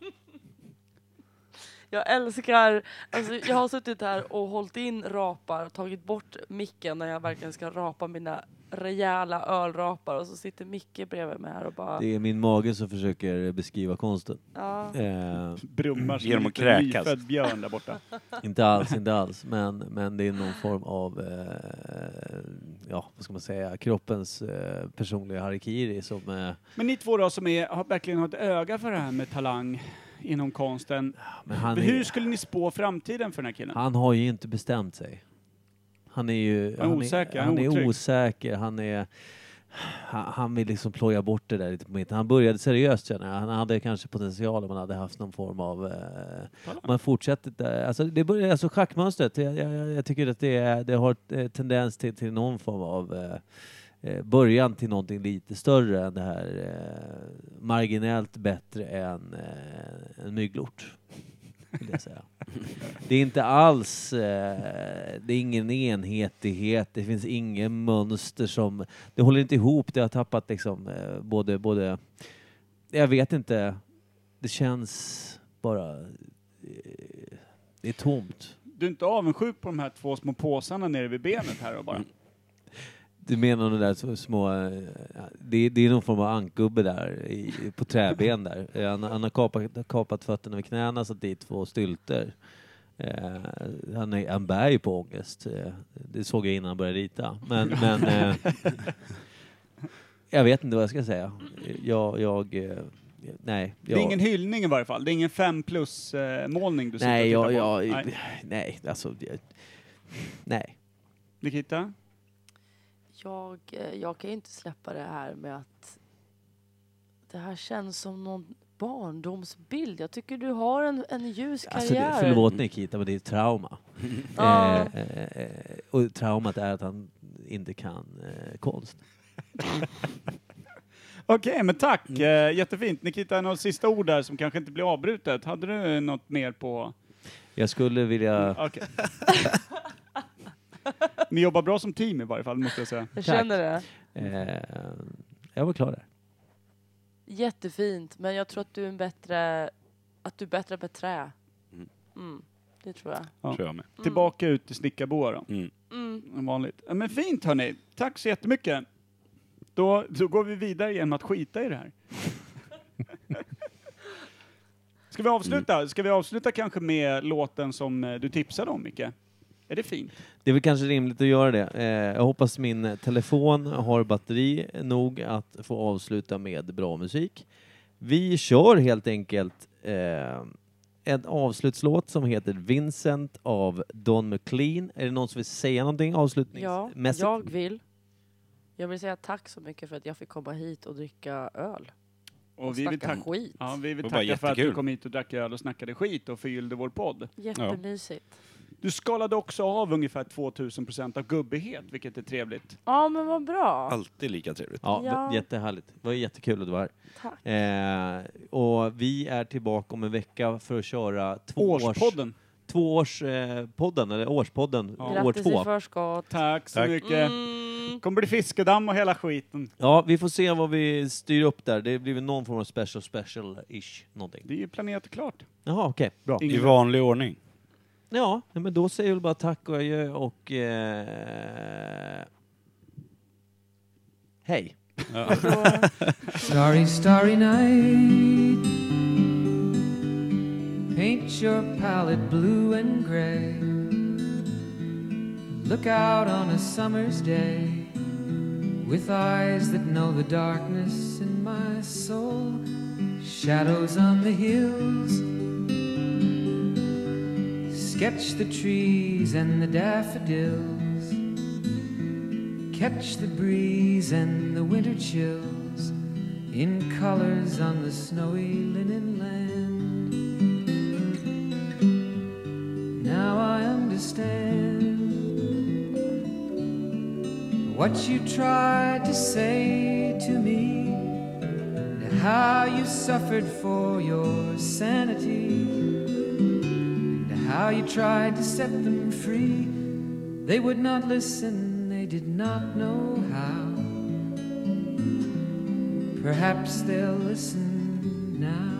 Jag älskar, alltså jag har suttit här och hållit in rapar och tagit bort micken när jag verkligen ska rapa mina rejäla ölrapar, och så sitter Micke bredvid mig här och bara... Det är min mage som försöker beskriva konsten. Ja. Brummar som Genom en att liten kräkas. nyfödd björn där borta. Inte alls. Men det är någon form av, vad ska man säga, kroppens personliga harikiri som... Men ni två då som verkligen har ett öga för det här med talang inom konsten. Men hur skulle ni spå framtiden för den här killen? Han har ju inte bestämt sig. Han är ju... Han är osäker, han är är otrygg. osäker. Han vill liksom ploja bort det där lite på mitten. Han började seriöst, känner jag. Han hade kanske potential om man hade haft någon form av... man fortsätter där. Alltså schackmönstret, jag tycker att det har tendens till någon form av början till någonting lite större än det här marginellt bättre än en mygglort, vill jag säga. Det är inte alls, det är ingen enhetlighet, det finns ingen mönster som, det håller inte ihop, det har tappat liksom både jag vet inte, det känns bara, det är tomt. Du är inte avundsjuk på de här 2 små påsarna nere vid benet här och bara? Du menar de där små, det är någon form av ankgubbe där på träben där. Han har kapat fötterna vid knäna, satt dit 2 stylter. Han bär ju på ångest. Det såg jag innan han började rita. Men jag vet inte vad jag ska säga. nej. Det är ingen hyllning i varje fall. Det är ingen 5+ målning du sitter och tittar på. Nej, alltså... Nej. Nikita? Jag kan ju inte släppa det här med att det här känns som någon barndomsbild. Jag tycker du har en ljus karriär. Alltså förlåt Nikita, men det är trauma. Och traumat är att han inte kan konst. Okej, men tack. Jättefint. Nikita, något sista ord där som kanske inte blir avbrutet. Hade du något mer på... Jag skulle vilja... Okej. Ni jobbar bra som team i varje fall, måste jag säga. Jag känner det. Jag var klar där. Jättefint, men jag tror att du är bättre på trä. Det tror jag. Ja. Tror jag med. Tillbaka ut till Snickarboa då. Vanligt. Men fint hörni. Tack så jättemycket. Då går vi vidare genom att skita i det här. Ska vi avsluta? Ska vi avsluta kanske med låten som du tipsade om, Micke? Är det fint? Det är väl kanske rimligt att göra det. Jag hoppas min telefon har batteri nog att få avsluta med bra musik. Vi kör helt enkelt en avslutslåt som heter Vincent av Don McLean. Är det någon som vill säga någonting avslutningsmässigt? Ja, jag vill säga tack så mycket för att jag fick komma hit och dricka öl. Och vi vill skit. Ja, vi vill tacka för att du kom hit och drack öl och snackade skit och förgyllde vår podd. Jättemysigt. Ja. Du skalade också av ungefär 2000% av gubbighet, vilket är trevligt. Ja, men vad bra. Alltid lika trevligt. Ja, jättehärligt. Det var jättekul att du var här. Tack. Och vi är tillbaka om en vecka för att köra årspodden. Tvåårspodden, eller årspodden. Ja. År 2. Grattis i förskott. Tack så mycket. Kommer bli fiskedamm och hela skiten. Ja, vi får se vad vi styr upp där. Det blir väl någon form av special-ish någonting. Det är ju planerat och klart. Jaha, okej. Bra. I vanlig ordning. Ja, men då säger jag väl bara tack och adjö och hej. Ja. Starry, starry night. Paint your palette blue and gray. Look out on a summer's day with eyes that know the darkness in my soul. Shadows on the hills. Sketch the trees and the daffodils. Catch the breeze and the winter chills in colors on the snowy linen land. Now I understand what you tried to say to me, and how you suffered for your sanity, how you tried to set them free. They would not listen, they did not know how. Perhaps they'll listen now.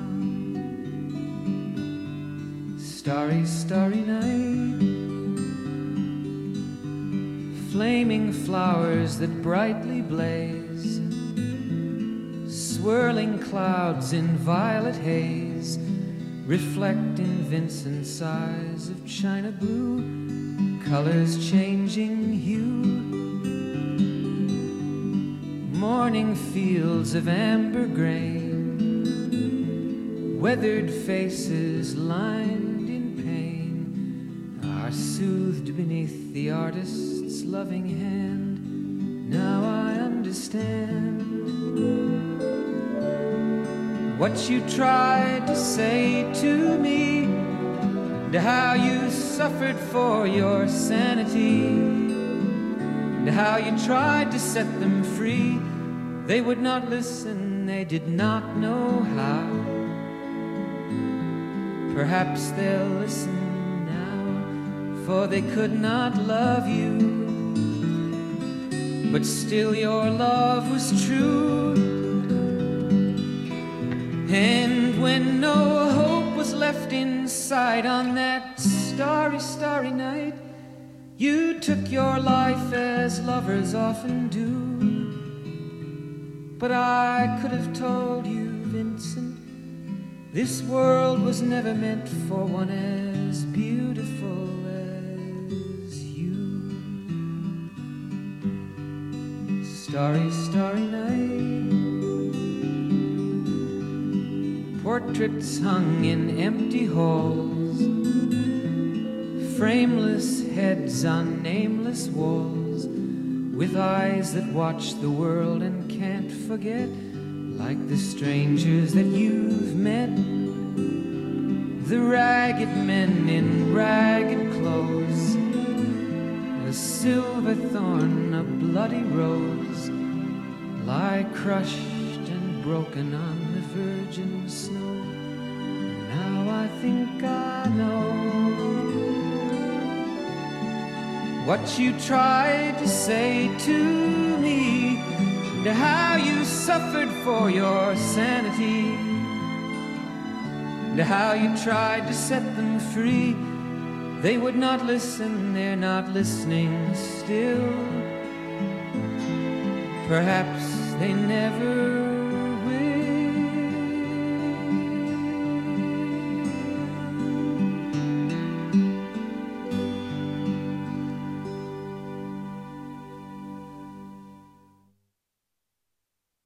Starry, starry night. Flaming flowers that brightly blaze. Swirling clouds in violet haze. Reflecting Vincent's eyes of china blue, colors changing hue. Morning fields of amber grain, weathered faces lined in pain, are soothed beneath the artist's loving hand. Now I understand what you tried to say to me, and how you suffered for your sanity, and how you tried to set them free. They would not listen, they did not know how. Perhaps they'll listen now, for they could not love you, but still your love was true. And when no hope was left inside on that starry, starry night, you took your life as lovers often do. But I could have told you, Vincent, this world was never meant for one as beautiful as you. Starry, starry night. portraits hung in empty halls, frameless heads on nameless walls, with eyes that watch the world and can't forget, like the strangers that you've met, the ragged men in ragged clothes, a silver thorn, a bloody rose, lie crushed and broken on the virgin snow. Now I think I know what you tried to say to me, and how you suffered for your sanity, and how you tried to set them free. They would not listen, they're not listening still. Perhaps they never